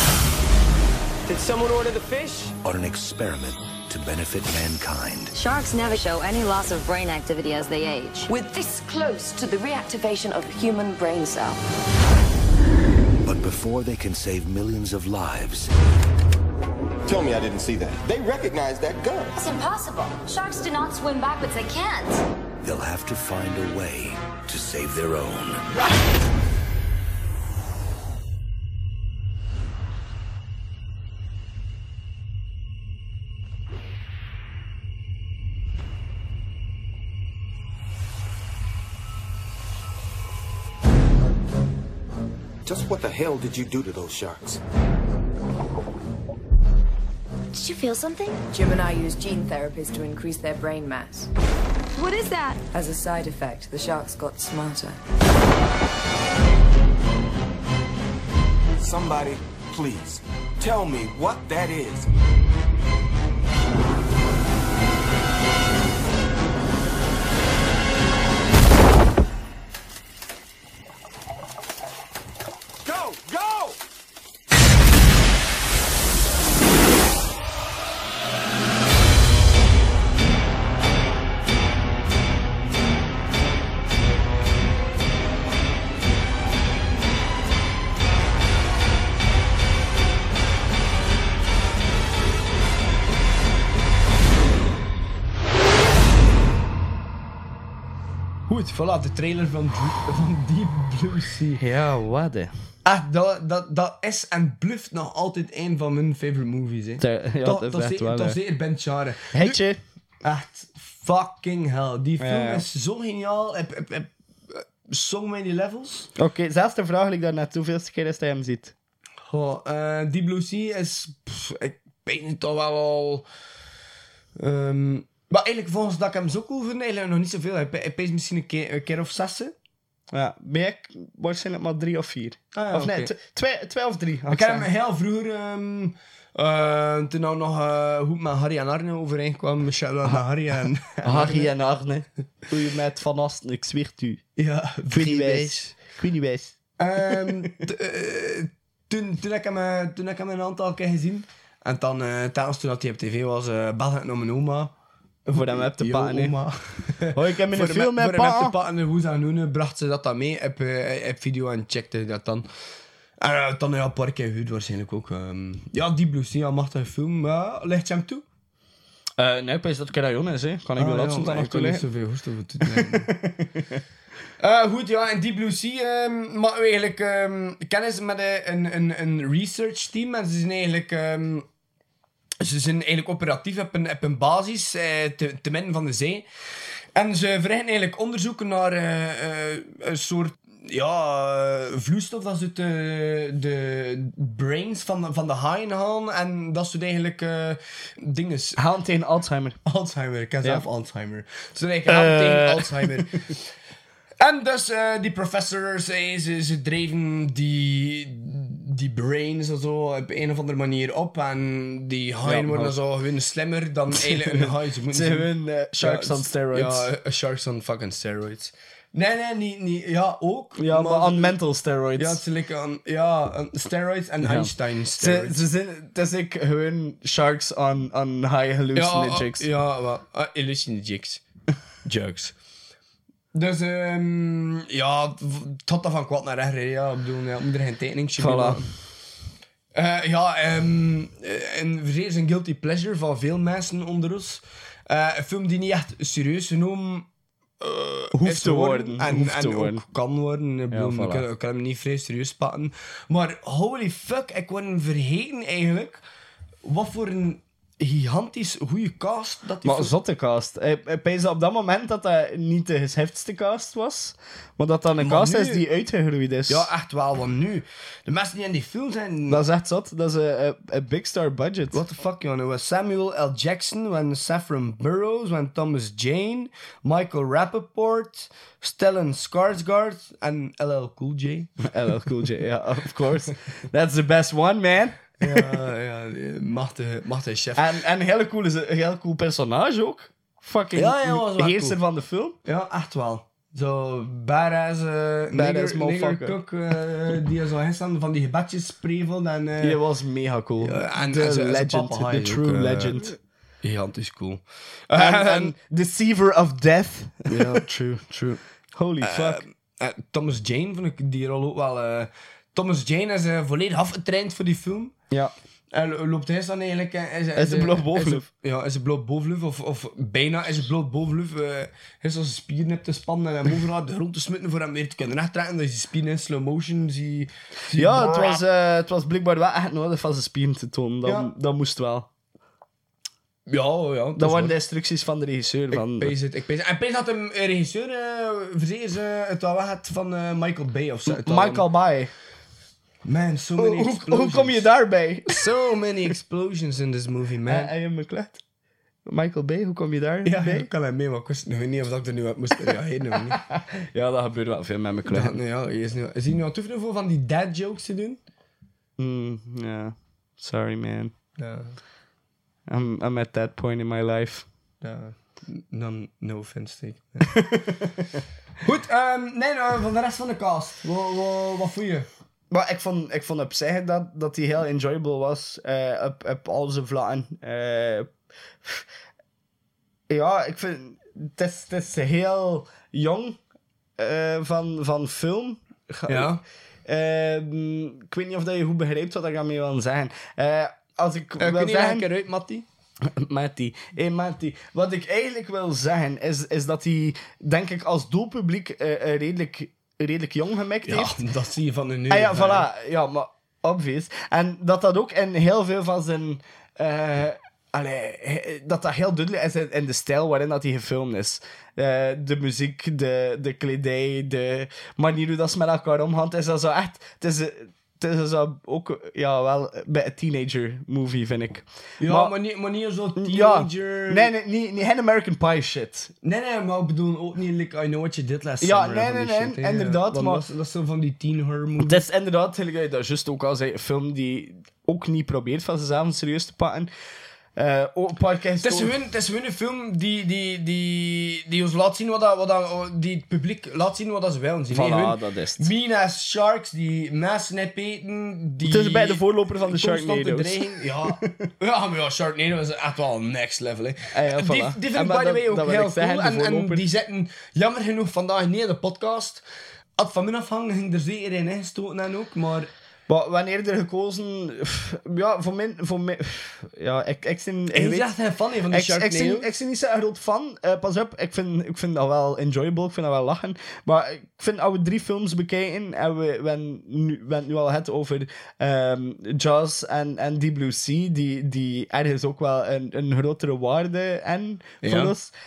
Speaker 14: Did someone order the fish?
Speaker 12: On an experiment to benefit mankind.
Speaker 13: Sharks never show any loss of brain activity as they age.
Speaker 11: We're this close to the reactivation of a human brain cell.
Speaker 12: But before they can save millions of lives...
Speaker 15: Tell me I didn't see that. They recognize that gun.
Speaker 13: It's impossible. Sharks do not swim backwards. They can't.
Speaker 12: They'll have to find a way to save their own.
Speaker 15: Just what the hell did you do to those sharks?
Speaker 13: Did you feel something?
Speaker 11: Jim and I use gene therapies to increase their brain mass.
Speaker 13: What is that?
Speaker 11: As a side effect, the sharks got smarter.
Speaker 15: Somebody, please, tell me what that is. Go, go!
Speaker 4: Goed, voilà, de trailer van, van Deep Blue Sea.
Speaker 5: Ja, wat hè.
Speaker 4: Ah, dat, dat, dat is en bluft nog altijd een van mijn favorite movies. Hè.
Speaker 5: Te- ja, dat is
Speaker 4: dat
Speaker 5: echt
Speaker 4: zeker,
Speaker 5: wel,
Speaker 4: dat
Speaker 5: hè.
Speaker 4: zeker Ben Chare.
Speaker 5: Heetje.
Speaker 4: Echt fucking hell. Die film
Speaker 5: Ja, ja.
Speaker 4: is zo geniaal. Heb, heb, heb, eh, so many levels.
Speaker 5: Oké, okay, zelfs de vraag ik daarnet, hoeveelste keer is dat je hem ziet?
Speaker 4: Goh, uh, Deep Blue Sea is... Pff, ik weet het toch wel al... Um, maar eigenlijk volgens dat ik hem zo cool vind, eigenlijk nog niet zoveel. Ik, ik pees misschien een keer, een keer of zessen.
Speaker 5: Ja, ben ik waarschijnlijk maar drie of vier.
Speaker 4: Ah, ja,
Speaker 5: of nee,
Speaker 4: oké.
Speaker 5: t- twee, twee of drie.
Speaker 4: Ik heb hem heel vroeger, um, uh, toen nou nog uh, goed met Harry en Arne overeenkwam. Shout-out naar Harry en, en
Speaker 5: Harry
Speaker 4: Arne.
Speaker 5: en Arne. Hoe je met Van Asten, ik zweer het u.
Speaker 4: Ja,
Speaker 5: Ik weet niet wijs. Ik weet niet wijs.
Speaker 4: Um, t- uh, toen, toen, heb ik hem, uh, toen heb ik hem een aantal keer gezien. En dan, uh, telkens toen hij op tv was, uh, belde ik naar mijn oma.
Speaker 5: Voor hem heb te
Speaker 4: Yo,
Speaker 5: pakken, hè.
Speaker 4: oma.
Speaker 5: Oh, ik heb in een
Speaker 4: Voor
Speaker 5: film
Speaker 4: hem-
Speaker 5: met
Speaker 4: Voor hem heb te
Speaker 5: pa.
Speaker 4: pakken, hoe ze dat noemen, bracht ze dat dan mee op, uh, op video en checkte dat dan. En uh, dan ja, een paar keer gehuurd waarschijnlijk ook. Um, ja, die Blue Sea, ja, machtige film. Maar ligt je hem toe?
Speaker 5: Uh, nee, pas dat Carayon is, hè. Kan ik wel laatst dan nog
Speaker 4: Ik kan niet
Speaker 5: toeleggen.
Speaker 4: zoveel hoest over te doen. Uh, goed, ja, in Deep Blue Sea um, maken we eigenlijk um, kennis met een, een, een research team. En ze zijn eigenlijk, um, ze zijn eigenlijk operatief op een, op een basis, uh, te, te midden van de zee. En ze verrichten eigenlijk onderzoeken naar uh, uh, een soort ja, uh, vloeistof dat ze uit de, de brains van, van de haaien halen. En dat soort eigenlijk uh, dingen.
Speaker 5: Halen tegen Alzheimer.
Speaker 4: Alzheimer, ik ken
Speaker 5: Ja.
Speaker 4: zelf Alzheimer. Ze eigenlijk halen
Speaker 5: Uh.
Speaker 4: tegen Alzheimer. En dus uh, die professors, hey, ze, ze drijven die, die brains en zo op een of andere manier op. En die haaien
Speaker 5: Ja,
Speaker 4: worden
Speaker 5: maar-
Speaker 4: zo gewoon slimmer dan eigenlijk een haai. Ze moeten
Speaker 5: Ze hebben uh, sharks
Speaker 4: Ja,
Speaker 5: on steroids.
Speaker 4: Ja, uh, sharks on fucking steroids. Nee, nee, niet, niet, ja, ook.
Speaker 5: Ja, maar
Speaker 4: ze-
Speaker 5: on mental steroids.
Speaker 4: Ja, het is like aan, ja, aan steroids en
Speaker 5: Ja.
Speaker 4: Einstein
Speaker 5: Ze,
Speaker 4: steroids.
Speaker 5: ze zijn, het is like gewoon sharks on, on high hallucinogens.
Speaker 4: Ja, ja, wel. Uh, hallucinogens. Jugs. Dus, um, ja, het had dat van kwaad naar erger, ja. Ik bedoel, ja, moet er geen tekening
Speaker 5: Voilà.
Speaker 4: Uh, ja, um, een vrees een guilty pleasure van veel mensen onder ons. Uh, een film die niet echt serieus genomen uh,
Speaker 5: Hoeft
Speaker 4: is
Speaker 5: te worden.
Speaker 4: En,
Speaker 5: Hoeft
Speaker 4: en
Speaker 5: te
Speaker 4: ook
Speaker 5: worden.
Speaker 4: kan worden. Ik, bedoel,
Speaker 5: Ja,
Speaker 4: ik,
Speaker 5: voilà.
Speaker 4: kan, ik kan hem niet vrij serieus pakken. Maar holy fuck, ik word vergeten eigenlijk wat voor een gigantisch goede cast dat die
Speaker 5: Maar
Speaker 4: film-
Speaker 5: zotte cast. Ik, ik pees op dat moment dat dat niet de heftigste cast was, maar dat dat een
Speaker 4: Maar
Speaker 5: cast
Speaker 4: nu-
Speaker 5: is die uitgegroeid is.
Speaker 4: Ja, echt wel, want nu... De mensen die in die film zijn...
Speaker 5: Dat is echt zot. Dat is een, een, een big star budget.
Speaker 4: What the fuck, joh. Er was Samuel L. Jackson, when Saffron Burrows, when Thomas Jane, Michael Rappaport, Stellan Skarsgård en L L Cool J.
Speaker 5: L L Cool J, ja, of course. That's the best one, man.
Speaker 4: ja, ja, machtige, machtige chef.
Speaker 5: En, en een hele cool, is een heel cool personage ook. Fucking
Speaker 4: Ja, ja, was wel
Speaker 5: heerser
Speaker 4: cool.
Speaker 5: van de film.
Speaker 4: Ja, echt wel. Zo badass, uh,
Speaker 5: Badass
Speaker 4: nigger,
Speaker 5: motherfucker.
Speaker 4: nigger cook, uh, die zo gisteren van die gebedjes sprevelt. En, uh,
Speaker 5: Die was mega cool.
Speaker 4: ja, en,
Speaker 5: The
Speaker 4: en zijn- zijn
Speaker 5: legend,
Speaker 4: papa
Speaker 5: the
Speaker 4: Hyde
Speaker 5: true
Speaker 4: ook, uh,
Speaker 5: legend.
Speaker 4: Gigantisch cool.
Speaker 5: En,
Speaker 4: Uh,
Speaker 5: en Deceiver of Death.
Speaker 4: Ja, true, true.
Speaker 5: Holy fuck.
Speaker 4: Uh, uh, Thomas Jane vond ik die rol ook wel... uh, Thomas Jane is uh, volledig afgetraind voor die film.
Speaker 5: Ja.
Speaker 4: En lo- loopt hij dan eigenlijk... uh, Is,
Speaker 5: Is hij bloot bovenlijf?
Speaker 4: is hij- Ja, is hij bloot bovenlijf. Of, of bijna is hij bloot bovenlijf. Uh, hij is als spieren hebt te spannen en hem overal de grond te smitten voor hem weer te kunnen rechtrekken. Dat je die spieren in slow motion zie... zie
Speaker 5: Ja, het was, uh, het was blijkbaar wel echt nodig van zijn spieren te tonen. Dat,
Speaker 4: Ja.
Speaker 5: dat moest wel.
Speaker 4: Ja, ja.
Speaker 5: Dat waren de instructies van de regisseur. Van,
Speaker 4: Ik pees het, ik pees het. En pees had een regisseur uh, verzeker uh, het wel weg had van uh, Michael Bay of zo. Het wel-
Speaker 5: Michael Bay.
Speaker 4: Man, so
Speaker 5: Hoe,
Speaker 4: many
Speaker 5: hoe,
Speaker 4: explosions.
Speaker 5: hoe kom je daarbij?
Speaker 4: So many explosions in this movie, man.
Speaker 5: En je me klet. Michael Bay, hoe kom je daar
Speaker 4: ja,
Speaker 5: bij?
Speaker 4: ik kan hij mee, maar ik wist nog niet of ik er nu uit moest reageren of niet.
Speaker 5: Ja, dat gebeurt wel veel met mijn
Speaker 4: Ja,
Speaker 5: klet.
Speaker 4: nou ja, hij is, nu, is hij nu aan het oefenen voor van die dad jokes te doen?
Speaker 5: Mm, ja. Sorry, man.
Speaker 4: Ja.
Speaker 5: I'm, I'm at that point in my life.
Speaker 4: Ja. No, no offense, take. Ja. Goed, um, nee, nou, van de rest van de cast. Wat, wat, wat voel je?
Speaker 5: Maar ik vond, ik vond op zich dat, dat die heel enjoyable was. Uh, op, op al zijn vlakken. Uh, ja, ik vind... Het is, het is heel jong uh, van, van film.
Speaker 4: Ja.
Speaker 5: Uh, ik weet niet of dat je goed begrijpt wat ik daarmee wil zeggen. Uh, als ik
Speaker 4: Uh,
Speaker 5: wil
Speaker 4: kun je
Speaker 5: zeggen...
Speaker 4: een keer uit, Mattie?
Speaker 5: Matty. Hey, Matty. Wat ik eigenlijk wil zeggen, is, is dat hij, denk ik, als doelpubliek uh, uh, redelijk, redelijk jong gemikt
Speaker 4: Ja,
Speaker 5: heeft.
Speaker 4: dat zie je van de nu.
Speaker 5: Ah ja, voilà. Ja, maar obvious. En dat dat ook in heel veel van zijn... Uh, allee, dat dat heel duidelijk is in, in de stijl waarin dat hij gefilmd is. Uh, de muziek, de, de kledij, de manier hoe dat ze met elkaar omgaan. Het is dat zo echt... Het is, het is zo ook ja, wel bij een teenager movie, vind ik.
Speaker 4: Ja,
Speaker 5: maar,
Speaker 4: maar, niet, maar niet zo
Speaker 5: ja,
Speaker 4: teenager...
Speaker 5: nee, nee, niet, niet geen American Pie shit.
Speaker 4: Nee, nee, maar ik bedoel ook niet like I Know What You Did Last
Speaker 5: Ja,
Speaker 4: Summer.
Speaker 5: nee,
Speaker 4: van
Speaker 5: nee,
Speaker 4: die
Speaker 5: nee,
Speaker 4: shit, hè.
Speaker 5: inderdaad,
Speaker 4: Want
Speaker 5: maar-
Speaker 4: Dat is, dat is zo van die teen horror movies.
Speaker 5: Het is inderdaad, gelijk dat je dat juist ook al zei, een film die ook niet probeert van zichzelf serieus te pakken. Uh, ook een paar keer
Speaker 4: Het is
Speaker 5: gestoord-
Speaker 4: gewoon, het is gewoon een film die, die, die, die ons laat zien wat, dat, wat dat, die het publiek laat zien wat dat ze willen zien.
Speaker 5: Voilà,
Speaker 4: hè. Gewoon
Speaker 5: dat is het.
Speaker 4: mean as sharks die mensen eten. Die
Speaker 5: Het is bij de voorloper van de
Speaker 4: constante
Speaker 5: Sharknado's.
Speaker 4: dreiging. Ja. ja, maar ja, Sharknado is echt wel next level. Hè.
Speaker 5: Ah ja, voilà.
Speaker 4: Die, die vind
Speaker 5: En
Speaker 4: ik
Speaker 5: maar
Speaker 4: by the way
Speaker 5: dat-
Speaker 4: ook
Speaker 5: dat wil
Speaker 4: heel
Speaker 5: ik zeggen,
Speaker 4: cool.
Speaker 5: de
Speaker 4: En, en
Speaker 5: voorloper.
Speaker 4: die zitten jammer genoeg vandaag niet in de podcast. Had van mij afhangen ging er zeker in ingestoten en ook, maar...
Speaker 5: Maar wanneer er gekozen... pff, Ja, voor mij... Voor mij pff, ja, ik, ik ben...
Speaker 4: Hij is echt geen fan hè, van de
Speaker 5: Ik, ik,
Speaker 4: Sharknado.
Speaker 5: ben, ik ben niet zo'n groot fan. Uh, pas op, ik vind, ik vind dat wel enjoyable. Ik vind dat wel lachen. Maar ik vind als we drie films bekijken en we, we, hebben nu, we hebben nu al het over um, Jaws en, en Deep Blue Sea, die, die ergens ook wel een, een grotere waarde en voor
Speaker 4: Ja.
Speaker 5: ons.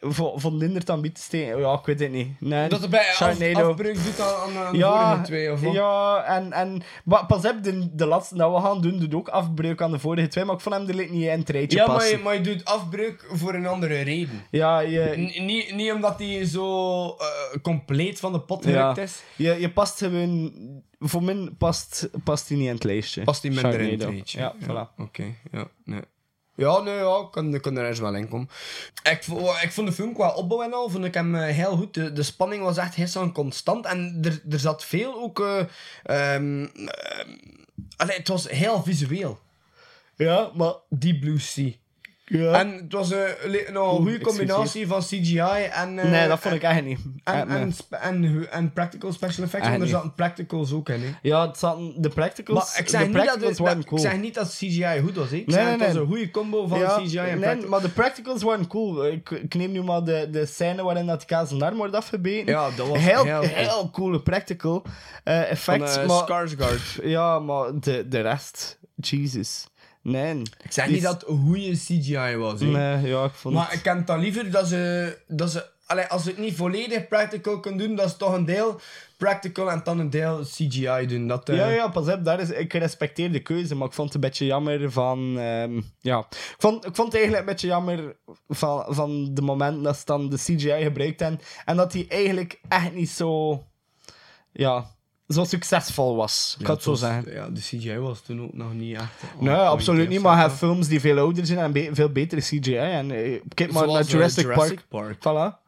Speaker 5: Van, van Lindert aan bieden steken. Ja, ik weet het niet. Nee.
Speaker 4: Dat er bij af,
Speaker 5: Sharknado.
Speaker 4: afbreuk doet aan, aan de
Speaker 5: Ja,
Speaker 4: vorige twee, of wat?
Speaker 5: ja, en, en maar pas op, de, de laatste dat we gaan doen, doet ook afbreuk aan de vorige twee, maar ik vond hem er niet in het rijtje
Speaker 4: Ja, maar
Speaker 5: passen.
Speaker 4: je, maar je doet afbreuk voor een andere reden.
Speaker 5: Ja, je...
Speaker 4: N- niet, niet omdat hij zo uh, compleet van de pot
Speaker 5: Ja,
Speaker 4: gerukt is.
Speaker 5: je, je past gewoon... Voor mij past, past hij niet in het lijstje.
Speaker 4: Past hij minder in het
Speaker 5: Sharknado.
Speaker 4: rijtje.
Speaker 5: Ja, voilà.
Speaker 4: Oké, okay, ja, nee. Ja, nee, ja, ik kan, ik kan er eens wel in komen. Ik, vo- ik vond de film qua opbouw en al, vond ik hem uh, heel goed. De, de spanning was echt heel snel constant. En er, er zat veel ook... Uh, um, uh, allee, het was heel visueel.
Speaker 5: Ja, maar...
Speaker 4: Deep Blue Sea.
Speaker 5: Ja.
Speaker 4: En het was uh, le- nou, een goede combinatie van C G I en... Uh,
Speaker 5: nee, dat vond ik echt niet.
Speaker 4: En,
Speaker 5: Eh, nee.
Speaker 4: en, sp- en, en practical special effects,
Speaker 5: Echt
Speaker 4: want er
Speaker 5: niet.
Speaker 4: zaten practicals ook in. Hè.
Speaker 5: Ja, het zaten de practicals...
Speaker 4: Maar ik zeg,
Speaker 5: de
Speaker 4: niet dat,
Speaker 5: practicals
Speaker 4: het-
Speaker 5: waren
Speaker 4: dat,
Speaker 5: cool.
Speaker 4: ik zeg niet dat C G I goed was. Hè. Ik
Speaker 5: Nee,
Speaker 4: zeg,
Speaker 5: nee,
Speaker 4: het was
Speaker 5: nee.
Speaker 4: een goede combo van
Speaker 5: Ja,
Speaker 4: C G I en
Speaker 5: nee,
Speaker 4: practicals.
Speaker 5: maar de practicals waren cool. Ik, ik neem nu maar de, de scène waarin dat kaas een arm wordt afgebeten.
Speaker 4: Ja, dat was
Speaker 5: heel,
Speaker 4: heel
Speaker 5: heel,
Speaker 4: cool.
Speaker 5: coole practical uh, effects.
Speaker 4: Van, uh,
Speaker 5: maar,
Speaker 4: Skarsgård.
Speaker 5: Ja, maar de, de rest... Jesus. Nee.
Speaker 4: Ik zeg
Speaker 5: Die
Speaker 4: niet dat het een goede C G I was. Hè.
Speaker 5: Nee, ja, ik vond
Speaker 4: Maar
Speaker 5: het...
Speaker 4: ik ken het dan liever dat ze... Dat ze allee, als ze het niet volledig practical kunnen doen, dat ze toch een deel practical en dan een deel C G I doen. Dat, uh...
Speaker 5: Ja, ja, pas op, daar is, ik respecteer de keuze, maar ik vond het een beetje jammer van... ehm, ja, ik vond, ik vond het eigenlijk een beetje jammer van, van de moment dat ze dan de C G I gebruikt hebben en dat die eigenlijk echt niet zo... Ja, zo succesvol was. Ik
Speaker 4: Ja,
Speaker 5: ga het zo
Speaker 4: was-
Speaker 5: zeggen.
Speaker 4: Ja, de C G I was toen ook nog niet echt...
Speaker 5: Nee, absoluut niet, maar je hebt films die veel ouder zijn en be- veel betere C G I. En, eh, kijk maar
Speaker 4: Zoals,
Speaker 5: naar
Speaker 4: eh,
Speaker 5: Jurassic,
Speaker 4: Jurassic
Speaker 5: Park.
Speaker 4: Park.
Speaker 5: Voilà.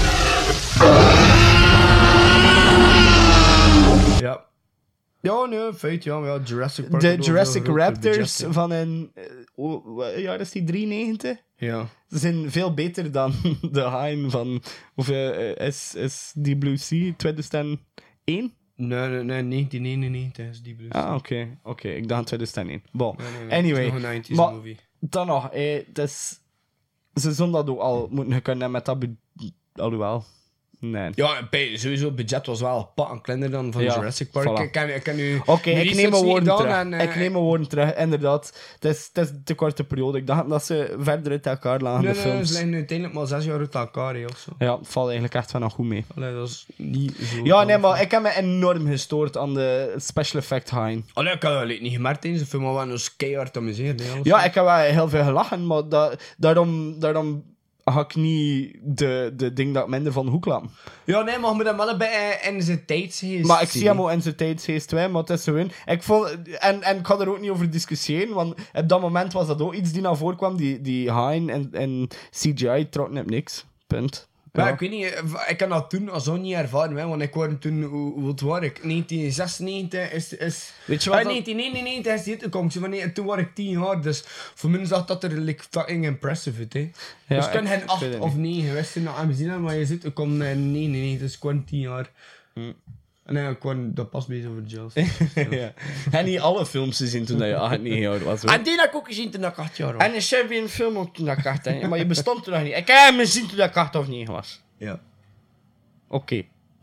Speaker 4: Ja. Ja, nee, feit, ja. ja Jurassic Park.
Speaker 5: De
Speaker 4: had wel
Speaker 5: Jurassic
Speaker 4: veel groter
Speaker 5: Raptors
Speaker 4: budget, hè.
Speaker 5: van een... eh, oh, wat jaar is die? drieënnegentig?
Speaker 4: Ja.
Speaker 5: Ze zijn veel beter dan de Hein van... Hoeveel eh, is, is die Blue Sea? tweeduizend één?
Speaker 4: Nee, nee, nee, negentien eenennegentig is die Blue Sea.
Speaker 5: Ah, oké. Oké, ik dacht tweeduizend één. Bon,
Speaker 4: Nee, nee, nee,
Speaker 5: anyway.
Speaker 4: het is nog een nineties
Speaker 5: maar
Speaker 4: movie.
Speaker 5: dan nog, eh, het is... Ze zullen dat ook al moeten kunnen hebben met dat... bu- Alhoewel... Nee.
Speaker 4: Ja, bij- sowieso, het budget was wel een pak kleiner dan van
Speaker 5: Ja,
Speaker 4: Jurassic Park.
Speaker 5: voilà.
Speaker 4: Ik kan, ik kan nu
Speaker 5: Oké,
Speaker 4: nu
Speaker 5: ik neem
Speaker 4: research
Speaker 5: mijn
Speaker 4: niet
Speaker 5: woorden
Speaker 4: gedaan
Speaker 5: terug.
Speaker 4: en, eh,
Speaker 5: ik neem mijn woorden terug, inderdaad. Het is, het is een te korte periode. Ik dacht dat ze verder uit elkaar lagen,
Speaker 4: Nee,
Speaker 5: de
Speaker 4: nee,
Speaker 5: films.
Speaker 4: ze liggen uiteindelijk maar zes jaar uit elkaar, hè, of zo.
Speaker 5: Ja, het valt eigenlijk echt wel nog goed mee.
Speaker 4: Allee, dat is niet zo...
Speaker 5: Ja, nee, maar ik heb me enorm gestoord aan de special effect Hein.
Speaker 4: Allee, ik had het niet gemerkt tijdens de film, maar we waren ons keihard amuseerd. hè, alles
Speaker 5: Ja,
Speaker 4: zo.
Speaker 5: ik heb wel heel veel gelachen, maar da- daarom, daarom ga ik niet de, de ding dat ik minder van de hoek laten.
Speaker 4: Ja, nee, maar je moet hem wel bij in zijn tijdsgeest
Speaker 5: Maar ik
Speaker 4: zien,
Speaker 5: zie hem
Speaker 4: hè.
Speaker 5: ook in zijn tijdsgeest twee, maar het is gewoon... Ik vond, en, en ik ga er ook niet over discussiëren, want op dat moment was dat ook iets die naar voren kwam. Die, die Hein en, en C G I trokken op niks. Punt.
Speaker 4: Maar
Speaker 5: Ja.
Speaker 4: ik weet niet, eh, ik kan dat toen al zo niet ervaren, hè, want ik was toen, hoe, hoe oud was ik? negentien zesennegentig is... is
Speaker 5: Weet je wat
Speaker 4: Ah,
Speaker 5: dat-
Speaker 4: negentien eenennegentig is die uitgekomen, zo van, nee, toen was ik tien jaar, dus voor mij zag dat er like, fucking impressive uit, hè.
Speaker 5: Ja,
Speaker 4: dus ik kan
Speaker 5: ik-
Speaker 4: geen
Speaker 5: ik
Speaker 4: acht
Speaker 5: weet het
Speaker 4: of
Speaker 5: niet.
Speaker 4: negen wisten naar hem zien, maar je zit, ik kom in negenennegentig, dus ik kwam tien jaar.
Speaker 5: Hm.
Speaker 4: En nee, ik kwam, dat past bezig over Jaws.
Speaker 5: ja. En niet alle films gezien toen je acht, negen jaar was. hoor.
Speaker 4: En die heb ik ook gezien toen ik acht jaar was.
Speaker 5: En ik heb een film ook toen ik acht jaar maar je bestond toen nog niet. Ik heb hem gezien toen ik acht of negen was.
Speaker 4: Ja.
Speaker 5: Oké.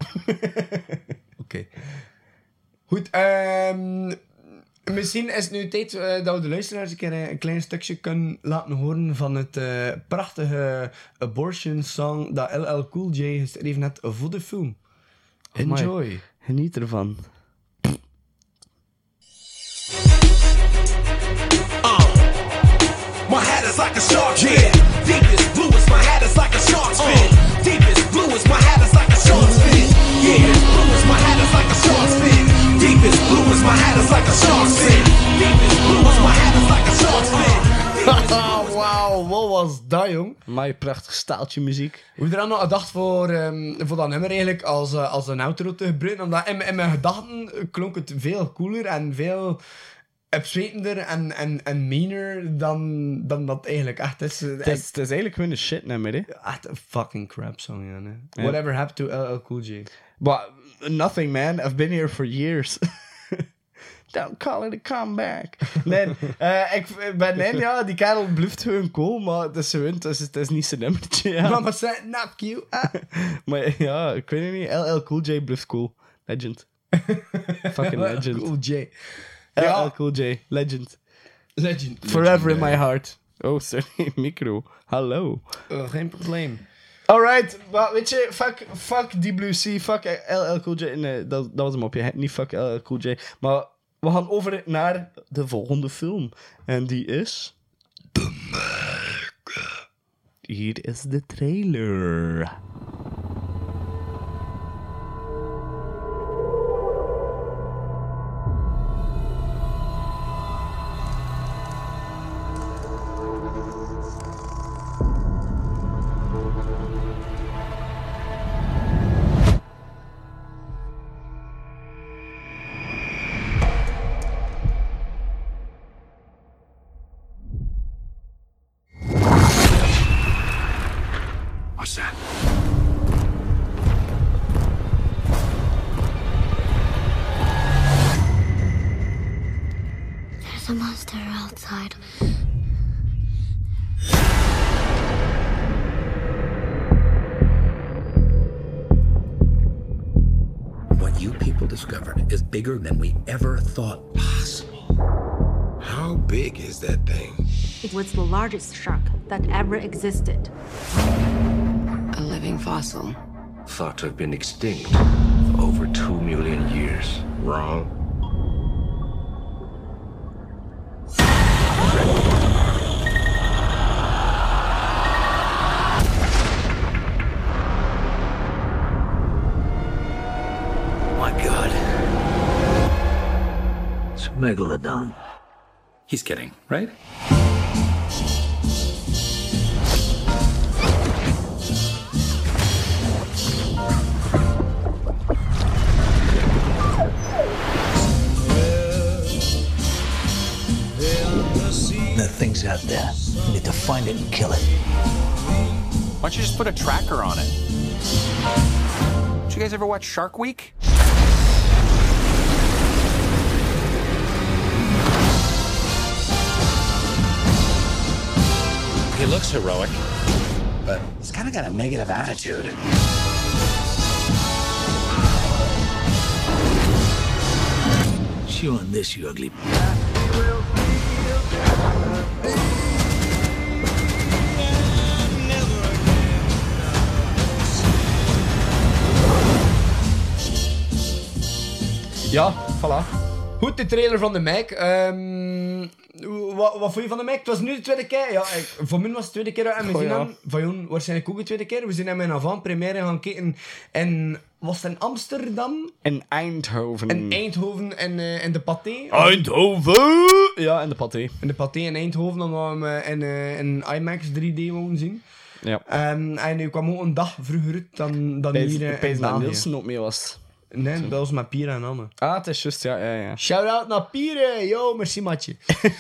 Speaker 4: Oké. Goed, ehm... misschien is het nu tijd eh, dat we de luisteraars een keer eh, een klein stukje kunnen laten horen van het eh, prachtige abortion song dat L L Cool J geschreven heeft voor de film.
Speaker 5: Amai.
Speaker 4: Enjoy.
Speaker 5: Geniet ervan.
Speaker 16: My hat is like a shark fin. Deepest blue is my hat is like a shark's fin. Deepest blue is my hat is like a shark's fin. Yeah, blue is my hat is like a shark's fin. Deepest blue is my hat is like a shark's fin. Deepest blue is my hat is like a shark's fin.
Speaker 4: Wauw, wat was dat, jong?
Speaker 5: Maar prachtig staaltje muziek.
Speaker 4: Hoe er dan nog gedacht voor, ehm, voor dat nummer eigenlijk als, uh, als een outro te gebruiken? Omdat in, in mijn gedachten klonk het veel cooler en veel opzwepender en, en, en meaner dan, dan dat eigenlijk echt is.
Speaker 5: Het is, het is eigenlijk gewoon een shit nummer, hè.
Speaker 4: Echt een fucking crap song, ja. Nee.
Speaker 5: Ja.
Speaker 4: Whatever happened to L L Cool J?
Speaker 5: But nothing, man. I've been here for years. Don't call it a comeback. Nee, uh, ik ben nee, ja, die kerel bluft gewoon cool, maar het is gewoon, het is, het is niet zijn nummertje. Ja.
Speaker 4: Mama said, knock you out.
Speaker 5: Maar ja, ik weet het niet. L L Cool J bluft cool. Legend. Fucking legend.
Speaker 4: Cool J.
Speaker 5: L L
Speaker 4: Ja.
Speaker 5: Cool J. Legend.
Speaker 4: Legend.
Speaker 5: Forever in
Speaker 4: Legend,
Speaker 5: my
Speaker 4: ja.
Speaker 5: heart. Oh, sorry. Micro. Hallo.
Speaker 4: Uh, geen probleem.
Speaker 5: Alright, maar weet je, fuck, fuck D Blue C, fuck L L Cool J. Nee, dat, dat was hem op je, niet fuck L L Cool J. Maar we gaan over naar de volgende film. En die is... Hier is de trailer.
Speaker 12: What's that?
Speaker 17: There's a monster outside.
Speaker 12: What you people discovered is bigger than we ever thought possible.
Speaker 18: How big is that thing?
Speaker 19: It was the largest shark that ever existed.
Speaker 11: A living fossil.
Speaker 18: Thought to have been extinct for over two million years. Wrong.
Speaker 12: My God. It's a megalodon. He's kidding, right?
Speaker 20: That thing's out there. We need to find it and kill it.
Speaker 10: Why don't you just put a tracker on it? Did you guys ever watch Shark Week?
Speaker 18: He looks heroic, but he's kind of got a negative attitude.
Speaker 20: Chew on this, you ugly.
Speaker 5: Ja, voilà.
Speaker 4: Goed, de trailer van de Meg. Um, wat, wat vond je van de Meg? Het was nu de tweede keer. Ja, ik, voor mij was het de tweede keer dat we
Speaker 5: Oh,
Speaker 4: zien
Speaker 5: ja.
Speaker 4: hem. Van jou waarschijnlijk ook de tweede keer. We zijn hem in avant-première gaan kijken. En was het in Amsterdam?
Speaker 5: In Eindhoven.
Speaker 4: In Eindhoven en uh, in de Pathé.
Speaker 5: Eindhoven! Ja, in de Pathé.
Speaker 4: In de Pathé in Eindhoven, omdat we hem uh, in, uh, in IMAX drie D wouden zien.
Speaker 5: Ja.
Speaker 4: Um, en hij kwam ook een dag vroeger uit dan, dan hier uh, in
Speaker 5: Pijs dat
Speaker 4: België.
Speaker 5: Nielsen ook mee was.
Speaker 4: Nee, dat was met Pira en Anne.
Speaker 5: Ah, het is juist, ja, ja, ja.
Speaker 4: Shout-out naar Pire! Yo, merci matje.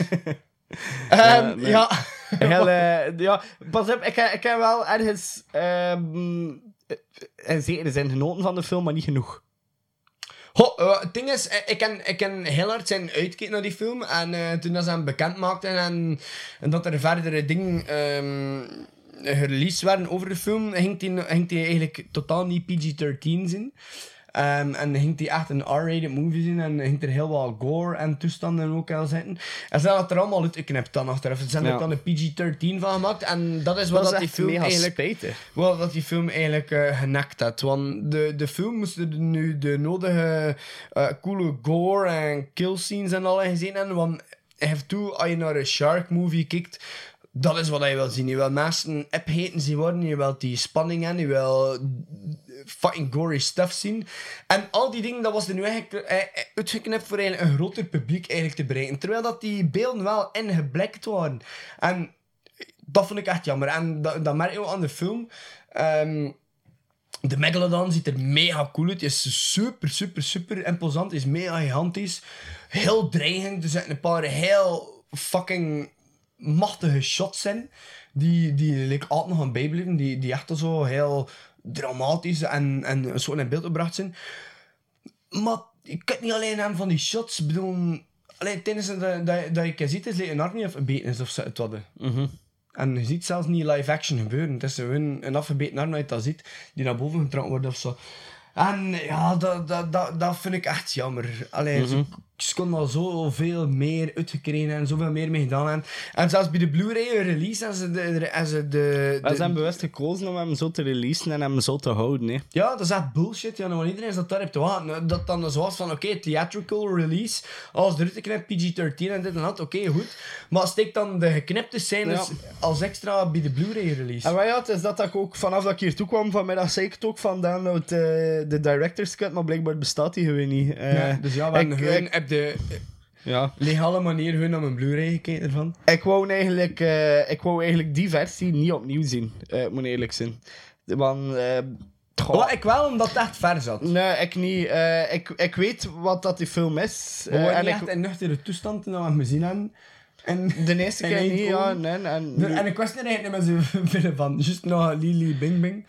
Speaker 5: Ja,
Speaker 4: um,
Speaker 5: nee.
Speaker 4: ja.
Speaker 5: Heel, uh, ja, pas op, ik, ik heb wel ergens um, in zekere zin genoten van de film, maar niet genoeg.
Speaker 4: Ho, uh, het ding is, ik ken, ik ken heel hard zijn uitkijken naar die film. En uh, toen dat ze hem bekend maakten en, en dat er verdere dingen um, gereleased werden over de film, ging die, ging die eigenlijk totaal niet P G dertien zijn. Um, en ging die echt een R-rated movie zien en ging er heel wat gore en toestanden ook al zitten. En ze hadden het er allemaal uitgeknipt dan achteraf. Ze hebben
Speaker 5: Ja.
Speaker 4: er dan een P G dertien van gemaakt en dat is wat
Speaker 5: Dat
Speaker 4: dat,
Speaker 5: is
Speaker 4: die
Speaker 5: echt
Speaker 4: film
Speaker 5: mega
Speaker 4: eigenlijk...
Speaker 5: spijtig.
Speaker 4: Wel, dat die film eigenlijk uh, genekt had. Want de, de film moest er nu de nodige uh, coole gore en kill scenes en al gezien hebben. Want hij heeft toe, als je naar een shark movie kijkt, dat is wat je wil zien. Je wil mensen opheten zien worden, je wilt die spanning en je wil fucking gory stuff zien. En al die dingen, dat was er nu eigenlijk eh, uitgeknipt voor eigenlijk een groter publiek eigenlijk te bereiken. Terwijl dat die beelden wel ingeblekt waren. En dat vond ik echt jammer. En dat, dat merk je ook aan de film. Um, de Megalodon ziet er mega cool uit. Is super, super, super imposant. Is mega gigantisch. Heel dreigend. Er zitten een paar heel fucking machtige shots in. Die, die like, altijd nog gaan bijblijven. Die, die echt zo heel dramatisch en, en zo in beeld gebracht zijn. Maar je kunt niet alleen aan van die shots. Ik bedoel, alleen tijdens dat, dat, dat je ziet, is like een arm of een beten is of zo het wat.
Speaker 5: Mhm.
Speaker 4: En je ziet zelfs niet live action gebeuren. Het is gewoon een afgebeten arm dat je dat ziet, die naar boven getrokken wordt of zo. En ja, dat, dat, dat, dat vind ik echt jammer. Allee,
Speaker 5: Mhm.
Speaker 4: zo, ze konden al zoveel meer uitgekregen en zoveel meer mee gedaan hebben. En zelfs bij de Blu-ray release hebben ze de... de, de, de,
Speaker 5: de... Ze hebben bewust gekozen om hem zo te releasen en hem zo te houden. Hè.
Speaker 4: Ja, dat is echt bullshit. Ja, nou, iedereen is dat daar op te wachten. Dat dan zoals van, oké, okay, theatrical release, alles eruit te knippen, P G dertien en dit en dat, oké, okay, goed. Maar steek dan de geknipte scènes ja. als extra bij de Blu-ray release.
Speaker 5: En ja, het is dat ik ook, vanaf dat ik hier toe kwam, vanmiddag zei ik het ook van download de, de director's cut, maar blijkbaar bestaat die gewoon niet. Uh,
Speaker 4: ja, dus ja, we hebben gewoon op de
Speaker 5: ja.
Speaker 4: legale manier gewoon naar mijn Blu-ray gekeken ervan.
Speaker 5: Ik wou eigenlijk, uh, ik wou eigenlijk die versie niet opnieuw zien, uh, moet eerlijk zijn. Want... Uh,
Speaker 4: Oh, ik wel, omdat het echt ver zat.
Speaker 5: Nee, ik niet. Uh, ik, ik weet wat dat die film is.
Speaker 4: Uh, we waren
Speaker 5: en
Speaker 4: niet
Speaker 5: ik...
Speaker 4: echt in nuchtere toestand toen we hem gezien hebben. En,
Speaker 5: de eerste keer niet, ja. Nee, en,
Speaker 4: de, en ik wist er eigenlijk niet meer zo veel van. Juist nog Li Bing Bing.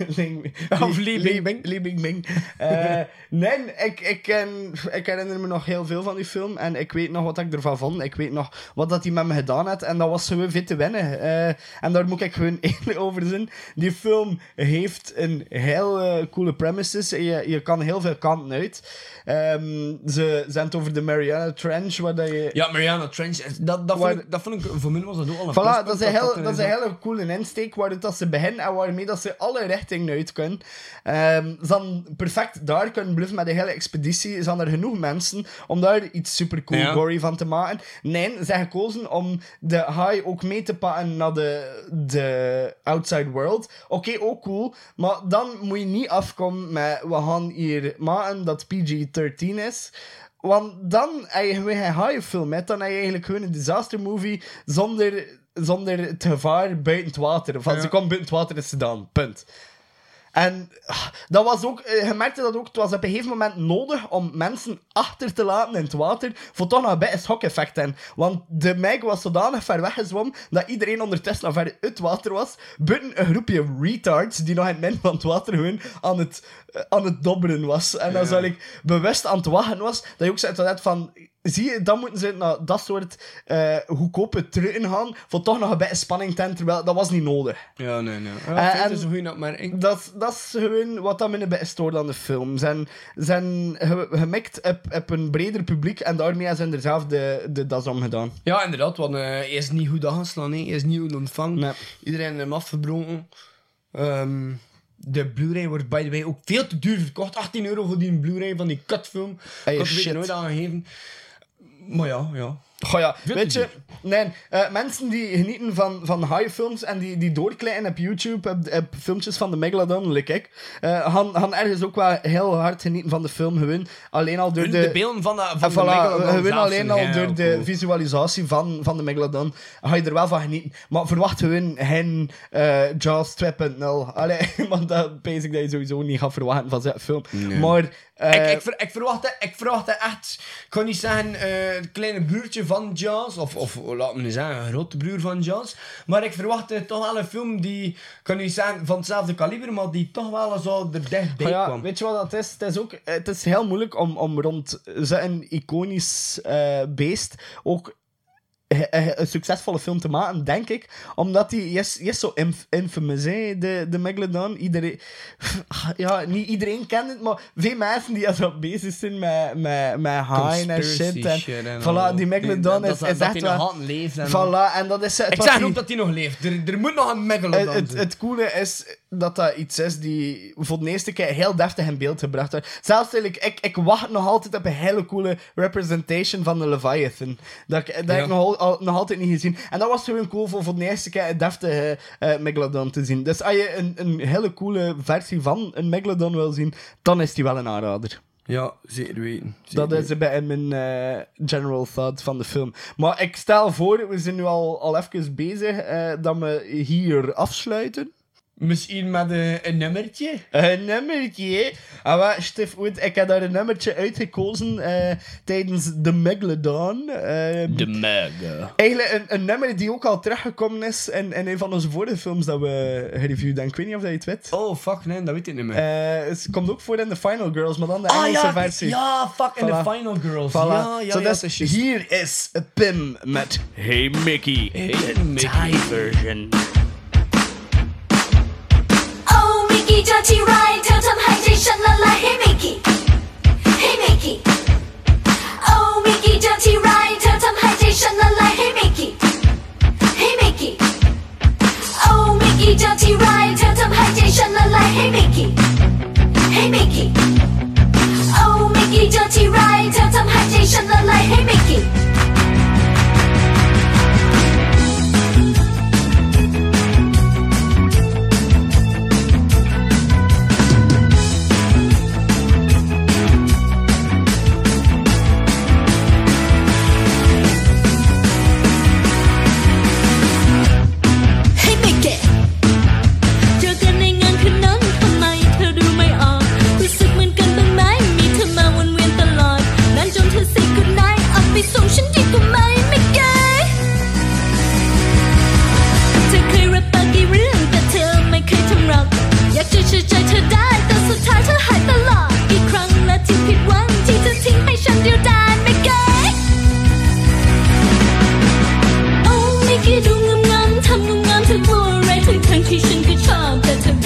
Speaker 5: of Li Bing Bing. Li Bing Bing. Uh, nee, ik, ik, ken, ik herinner me nog heel veel van die film. En ik weet nog wat ik ervan vond. Ik weet nog wat dat hij met me gedaan had. En dat was gewoon veel te winnen. Uh, en daar moet ik gewoon eerlijk over zijn. Die film heeft een heel uh, coole premises. Je, je kan heel veel kanten uit. Um, ze zijn het over de Mariana Trench. Waar dat je...
Speaker 4: Ja, Mariana Trench. Dat, dat,
Speaker 5: waar...
Speaker 4: vond ik, dat vond ik... Voor mij was dat ook al een
Speaker 5: voilà, dat is een, heel, dat, dat is een hele coole insteek. Waar dat ze beginnen en waarmee dat ze alle richtingen uit kunnen. Um, ze dan perfect daar kunnen bluffen met de hele expeditie. Zijn er genoeg mensen om daar iets super cool ja. gory van te maken. Nee, ze hebben gekozen om de high ook mee te pakken naar de, de outside world. Oké, okay, ook cool. Maar dan moet je niet afkomen met we gaan hier maken dat P G dertien is. Want dan heb je gewoon geen high film met. Dan heb je eigenlijk gewoon een disaster movie zonder, zonder het gevaar buiten het water. Of als ja. ze komt buiten het water is ze dan. Punt. En dat was ook, je merkte dat ook, het was op een gegeven moment nodig om mensen achter te laten in het water, voor toch nog een beetje schok-effect te hebben. Want de Meg was zodanig ver weggezwommen, dat iedereen ondertussen nog ver uit het water was, buiten een groepje retards, die nog in het midden van het water gewoon aan het, aan het dobberen was. En dan ja. zou ik bewust aan het wachten was, dat je ook zei dat van... Zie je, dan moeten ze naar dat soort uh, goedkope trucken gaan, voor toch nog een beetje spanning te hebben, terwijl dat was niet nodig.
Speaker 4: Ja, nee, nee. Ja,
Speaker 5: uh,
Speaker 4: dat is een goede opmerking.
Speaker 5: Dat, dat is gewoon wat dat me een beetje stoort aan de film. Ze zijn, zijn gemikt op, op een breder publiek en daarmee hebben ze er zelf de, de das om gedaan.
Speaker 4: Ja, inderdaad, want uh, hij is niet goed aangeslaan, hij is niet goed ontvangen.
Speaker 5: Nee.
Speaker 4: Iedereen heeft hem afgebroken. Um, de Blu-ray wordt, by the way, ook veel te duur verkocht. achttien euro voor die Blu-ray van die kutfilm.
Speaker 5: Hey,
Speaker 4: ik had
Speaker 5: shit.
Speaker 4: het nooit aangegeven. Maar ja, ja.
Speaker 5: Goh ja, Veel weet je, nee, uh, mensen die genieten van, van high films en die, die doorklikken op YouTube, op, op filmpjes van de Megalodon, like ik, uh, gaan, gaan ergens ook wel heel hard genieten van de film. Gewoon alleen al door de...
Speaker 4: De beelden van de, van
Speaker 5: uh,
Speaker 4: de
Speaker 5: voilà,
Speaker 4: Megalodon
Speaker 5: Gewoon alleen al door
Speaker 4: cool.
Speaker 5: de visualisatie van, van de Megalodon ga je er wel van genieten. Maar verwacht gewoon geen uh, Jaws twee punt nul. Allee, want dat pees ik dat je sowieso niet gaat verwachten van zo'n film. Nee. Maar... Uh,
Speaker 4: ik, ik, ver, ik, verwachtte, ik verwachtte echt, ik kan niet zeggen uh, het kleine broertje van Jaws, of, of laat me niet zeggen, een grote broer van Jaws, maar ik verwachtte toch wel een film die, ik kan niet zeggen van hetzelfde kaliber, maar die toch wel zo er dichtbij
Speaker 5: ja,
Speaker 4: kwam.
Speaker 5: Weet je wat dat is? Het is, ook, het is heel moeilijk om, om rond zo'n iconisch uh, beest ook een succesvolle film te maken, denk ik. Omdat die is, is zo inf- infamous, hè, de, de Megalodon. Iedereen... Ja, niet iedereen kent het, maar veel mensen die zo bezig zijn met, met, met haaien en shit. En, shit en voilà, die Megalodon nee,
Speaker 4: dat,
Speaker 5: is,
Speaker 4: dat,
Speaker 5: is
Speaker 4: dat
Speaker 5: echt
Speaker 4: wel...
Speaker 5: wel...
Speaker 4: Dat hij leeft. En
Speaker 5: voilà, en dat is...
Speaker 4: Ik zeg die... ook dat hij nog leeft. Er, er moet nog een Megalodon
Speaker 5: het, het, het coole is dat dat iets is die voor de eerste keer heel deftig in beeld gebracht wordt. Zelfs eigenlijk, ik, ik wacht nog altijd op een hele coole representation van de Leviathan. Dat, dat ja. heb ik nog, al, nog altijd niet gezien. En dat was gewoon cool voor voor de eerste keer een deftige uh, Megalodon te zien. Dus als je een, een hele coole versie van een Megalodon wil zien, dan is die wel een aanrader.
Speaker 4: Ja, zeker weten. Zeker
Speaker 5: dat is bij mijn uh, general thought van de film. Maar ik stel voor, we zijn nu al, al even bezig, uh, dat we hier afsluiten.
Speaker 4: Misschien met een, een nummertje?
Speaker 5: Een nummertje? Ah, maar, Stef, ik heb daar een nummertje uitgekozen uh, tijdens The Megalodon. Uh,
Speaker 4: The Meg.
Speaker 5: Eigenlijk een, een nummer die ook al teruggekomen is in, in een van onze vorige films dat we gereviewd hebben. Ik weet niet of dat je het weet.
Speaker 4: Oh, fuck, nee, dat weet ik niet meer.
Speaker 5: Uh, het komt ook voor in The Final Girls, maar dan de
Speaker 4: ah,
Speaker 5: Engelse
Speaker 4: ja,
Speaker 5: versie.
Speaker 4: Ja, fuck, in
Speaker 5: voilà.
Speaker 4: The Final Girls.
Speaker 5: Voilà.
Speaker 4: Ja, ja,
Speaker 5: so
Speaker 4: ja.
Speaker 5: Dus hier is Pim met Hey Mickey.
Speaker 4: Hey Mickey.
Speaker 5: Thai version.
Speaker 21: Mickey 这起 ride 跳成海贼神了来 Hey Mickey Hey Mickey Oh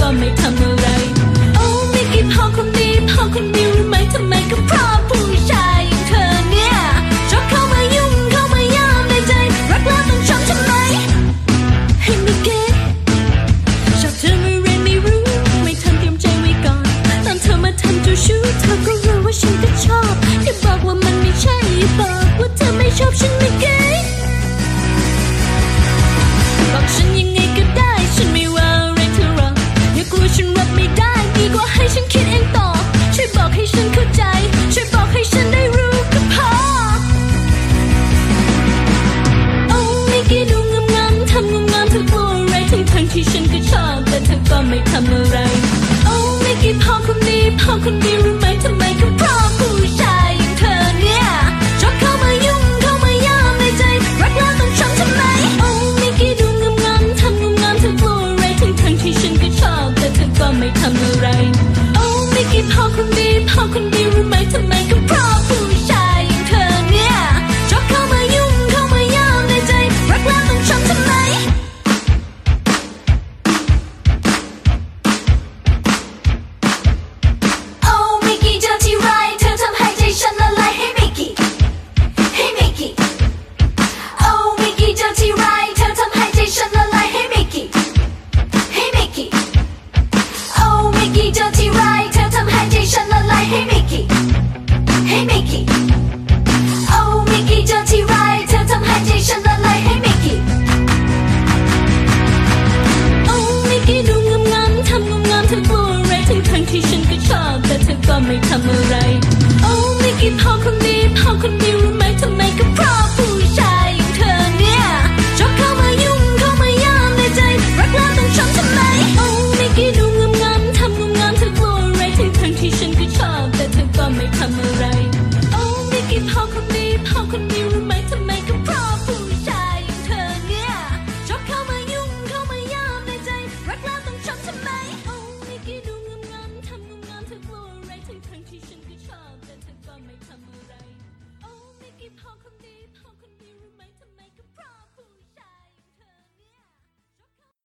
Speaker 21: ก็ไม่ทำอะไรโอ้มิกกี้พ่อคนดีพ่อคนดีรู้ไหมทำไมก็เพราะผู้ชายอย่างเธอเนี่ยชอบเข้ามายุ่งเข้ามาย่ามในใจรักแล้วต้องช้ำใช่ไหมให้มิกกี้ชอบเธอไม่เรียนไม่รู้ไม่ทันเตรียมใจไว้ก่อนตอนเธอมาทำเจ้าชู้เธอก็รู้ว่าฉันก็ชอบอย่าบอกว่ามันไม่ใช่อย่าบอกว่าเธอไม่ชอบฉันมิกกี้บอกฉันยังไงก็ได้ฉันไม่ว่าอะไรเธอหรอกอย่ากลัวฉันรับไม่ได้ดีกว่าให้ฉันคิดเองต่อช่วยบอกให้ฉันเข้าใจช่วยบอกให้ฉันได้รู้ก็พอโอ้มิกกี้ดูงามๆทำงามๆเธอกลัวอะไรทั้งทั้งที่ฉันก็ชอบแต่เธอก็ไม่ทำอะไรโอ้มิกกี้พ่อคนดีพ่อคนดีรู้ไหมทำไมก็เพราะผู้ชายอย่างเธอเนี่ยชอบเข้ามายุ่งเข้ามาย่ามในใจรักแล้วต้องช้ำทำไมโอ้มิกกี้ดูงามๆทำงามๆเธอกลัวอะไรทั้งทั้งที่ฉันก็ชอบแต่เธอก็ไม่ทำอะไรโอ้มิกกี้พ่อคนดีพ่อคนดีรู้ไหมทำไมก็เพราะผู้ชายอย่างเธอเนี่ยชอบเข้ามายุ่งเข้ามาย่ามในใจรักแล้วต้องช้ำทำไมโอ้มิกกี้เจอที่ไรเธอทำให้ใจฉันละลายให้มิกกี้ให้มิกกี้โอ้มิกกี้เจอที่ไรเธอทำให้ใจฉันละลายให้มิกกี้ให้มิกกี้โอ้มิกกี้เจอที่ไรเธอทำให้ใจฉันละลายให้มิกกี้ให้มิกกี้โอ้มิกกี้เจอที่ไรเธอทำให้ใจฉันละลายให้มิกกี้โอ้มิกกี้ดูงามๆทำงามๆเธอกลัวอะไรทั้งทั้งที่ฉันก็ชอบแต่เธอก็ไม่ทำอะไร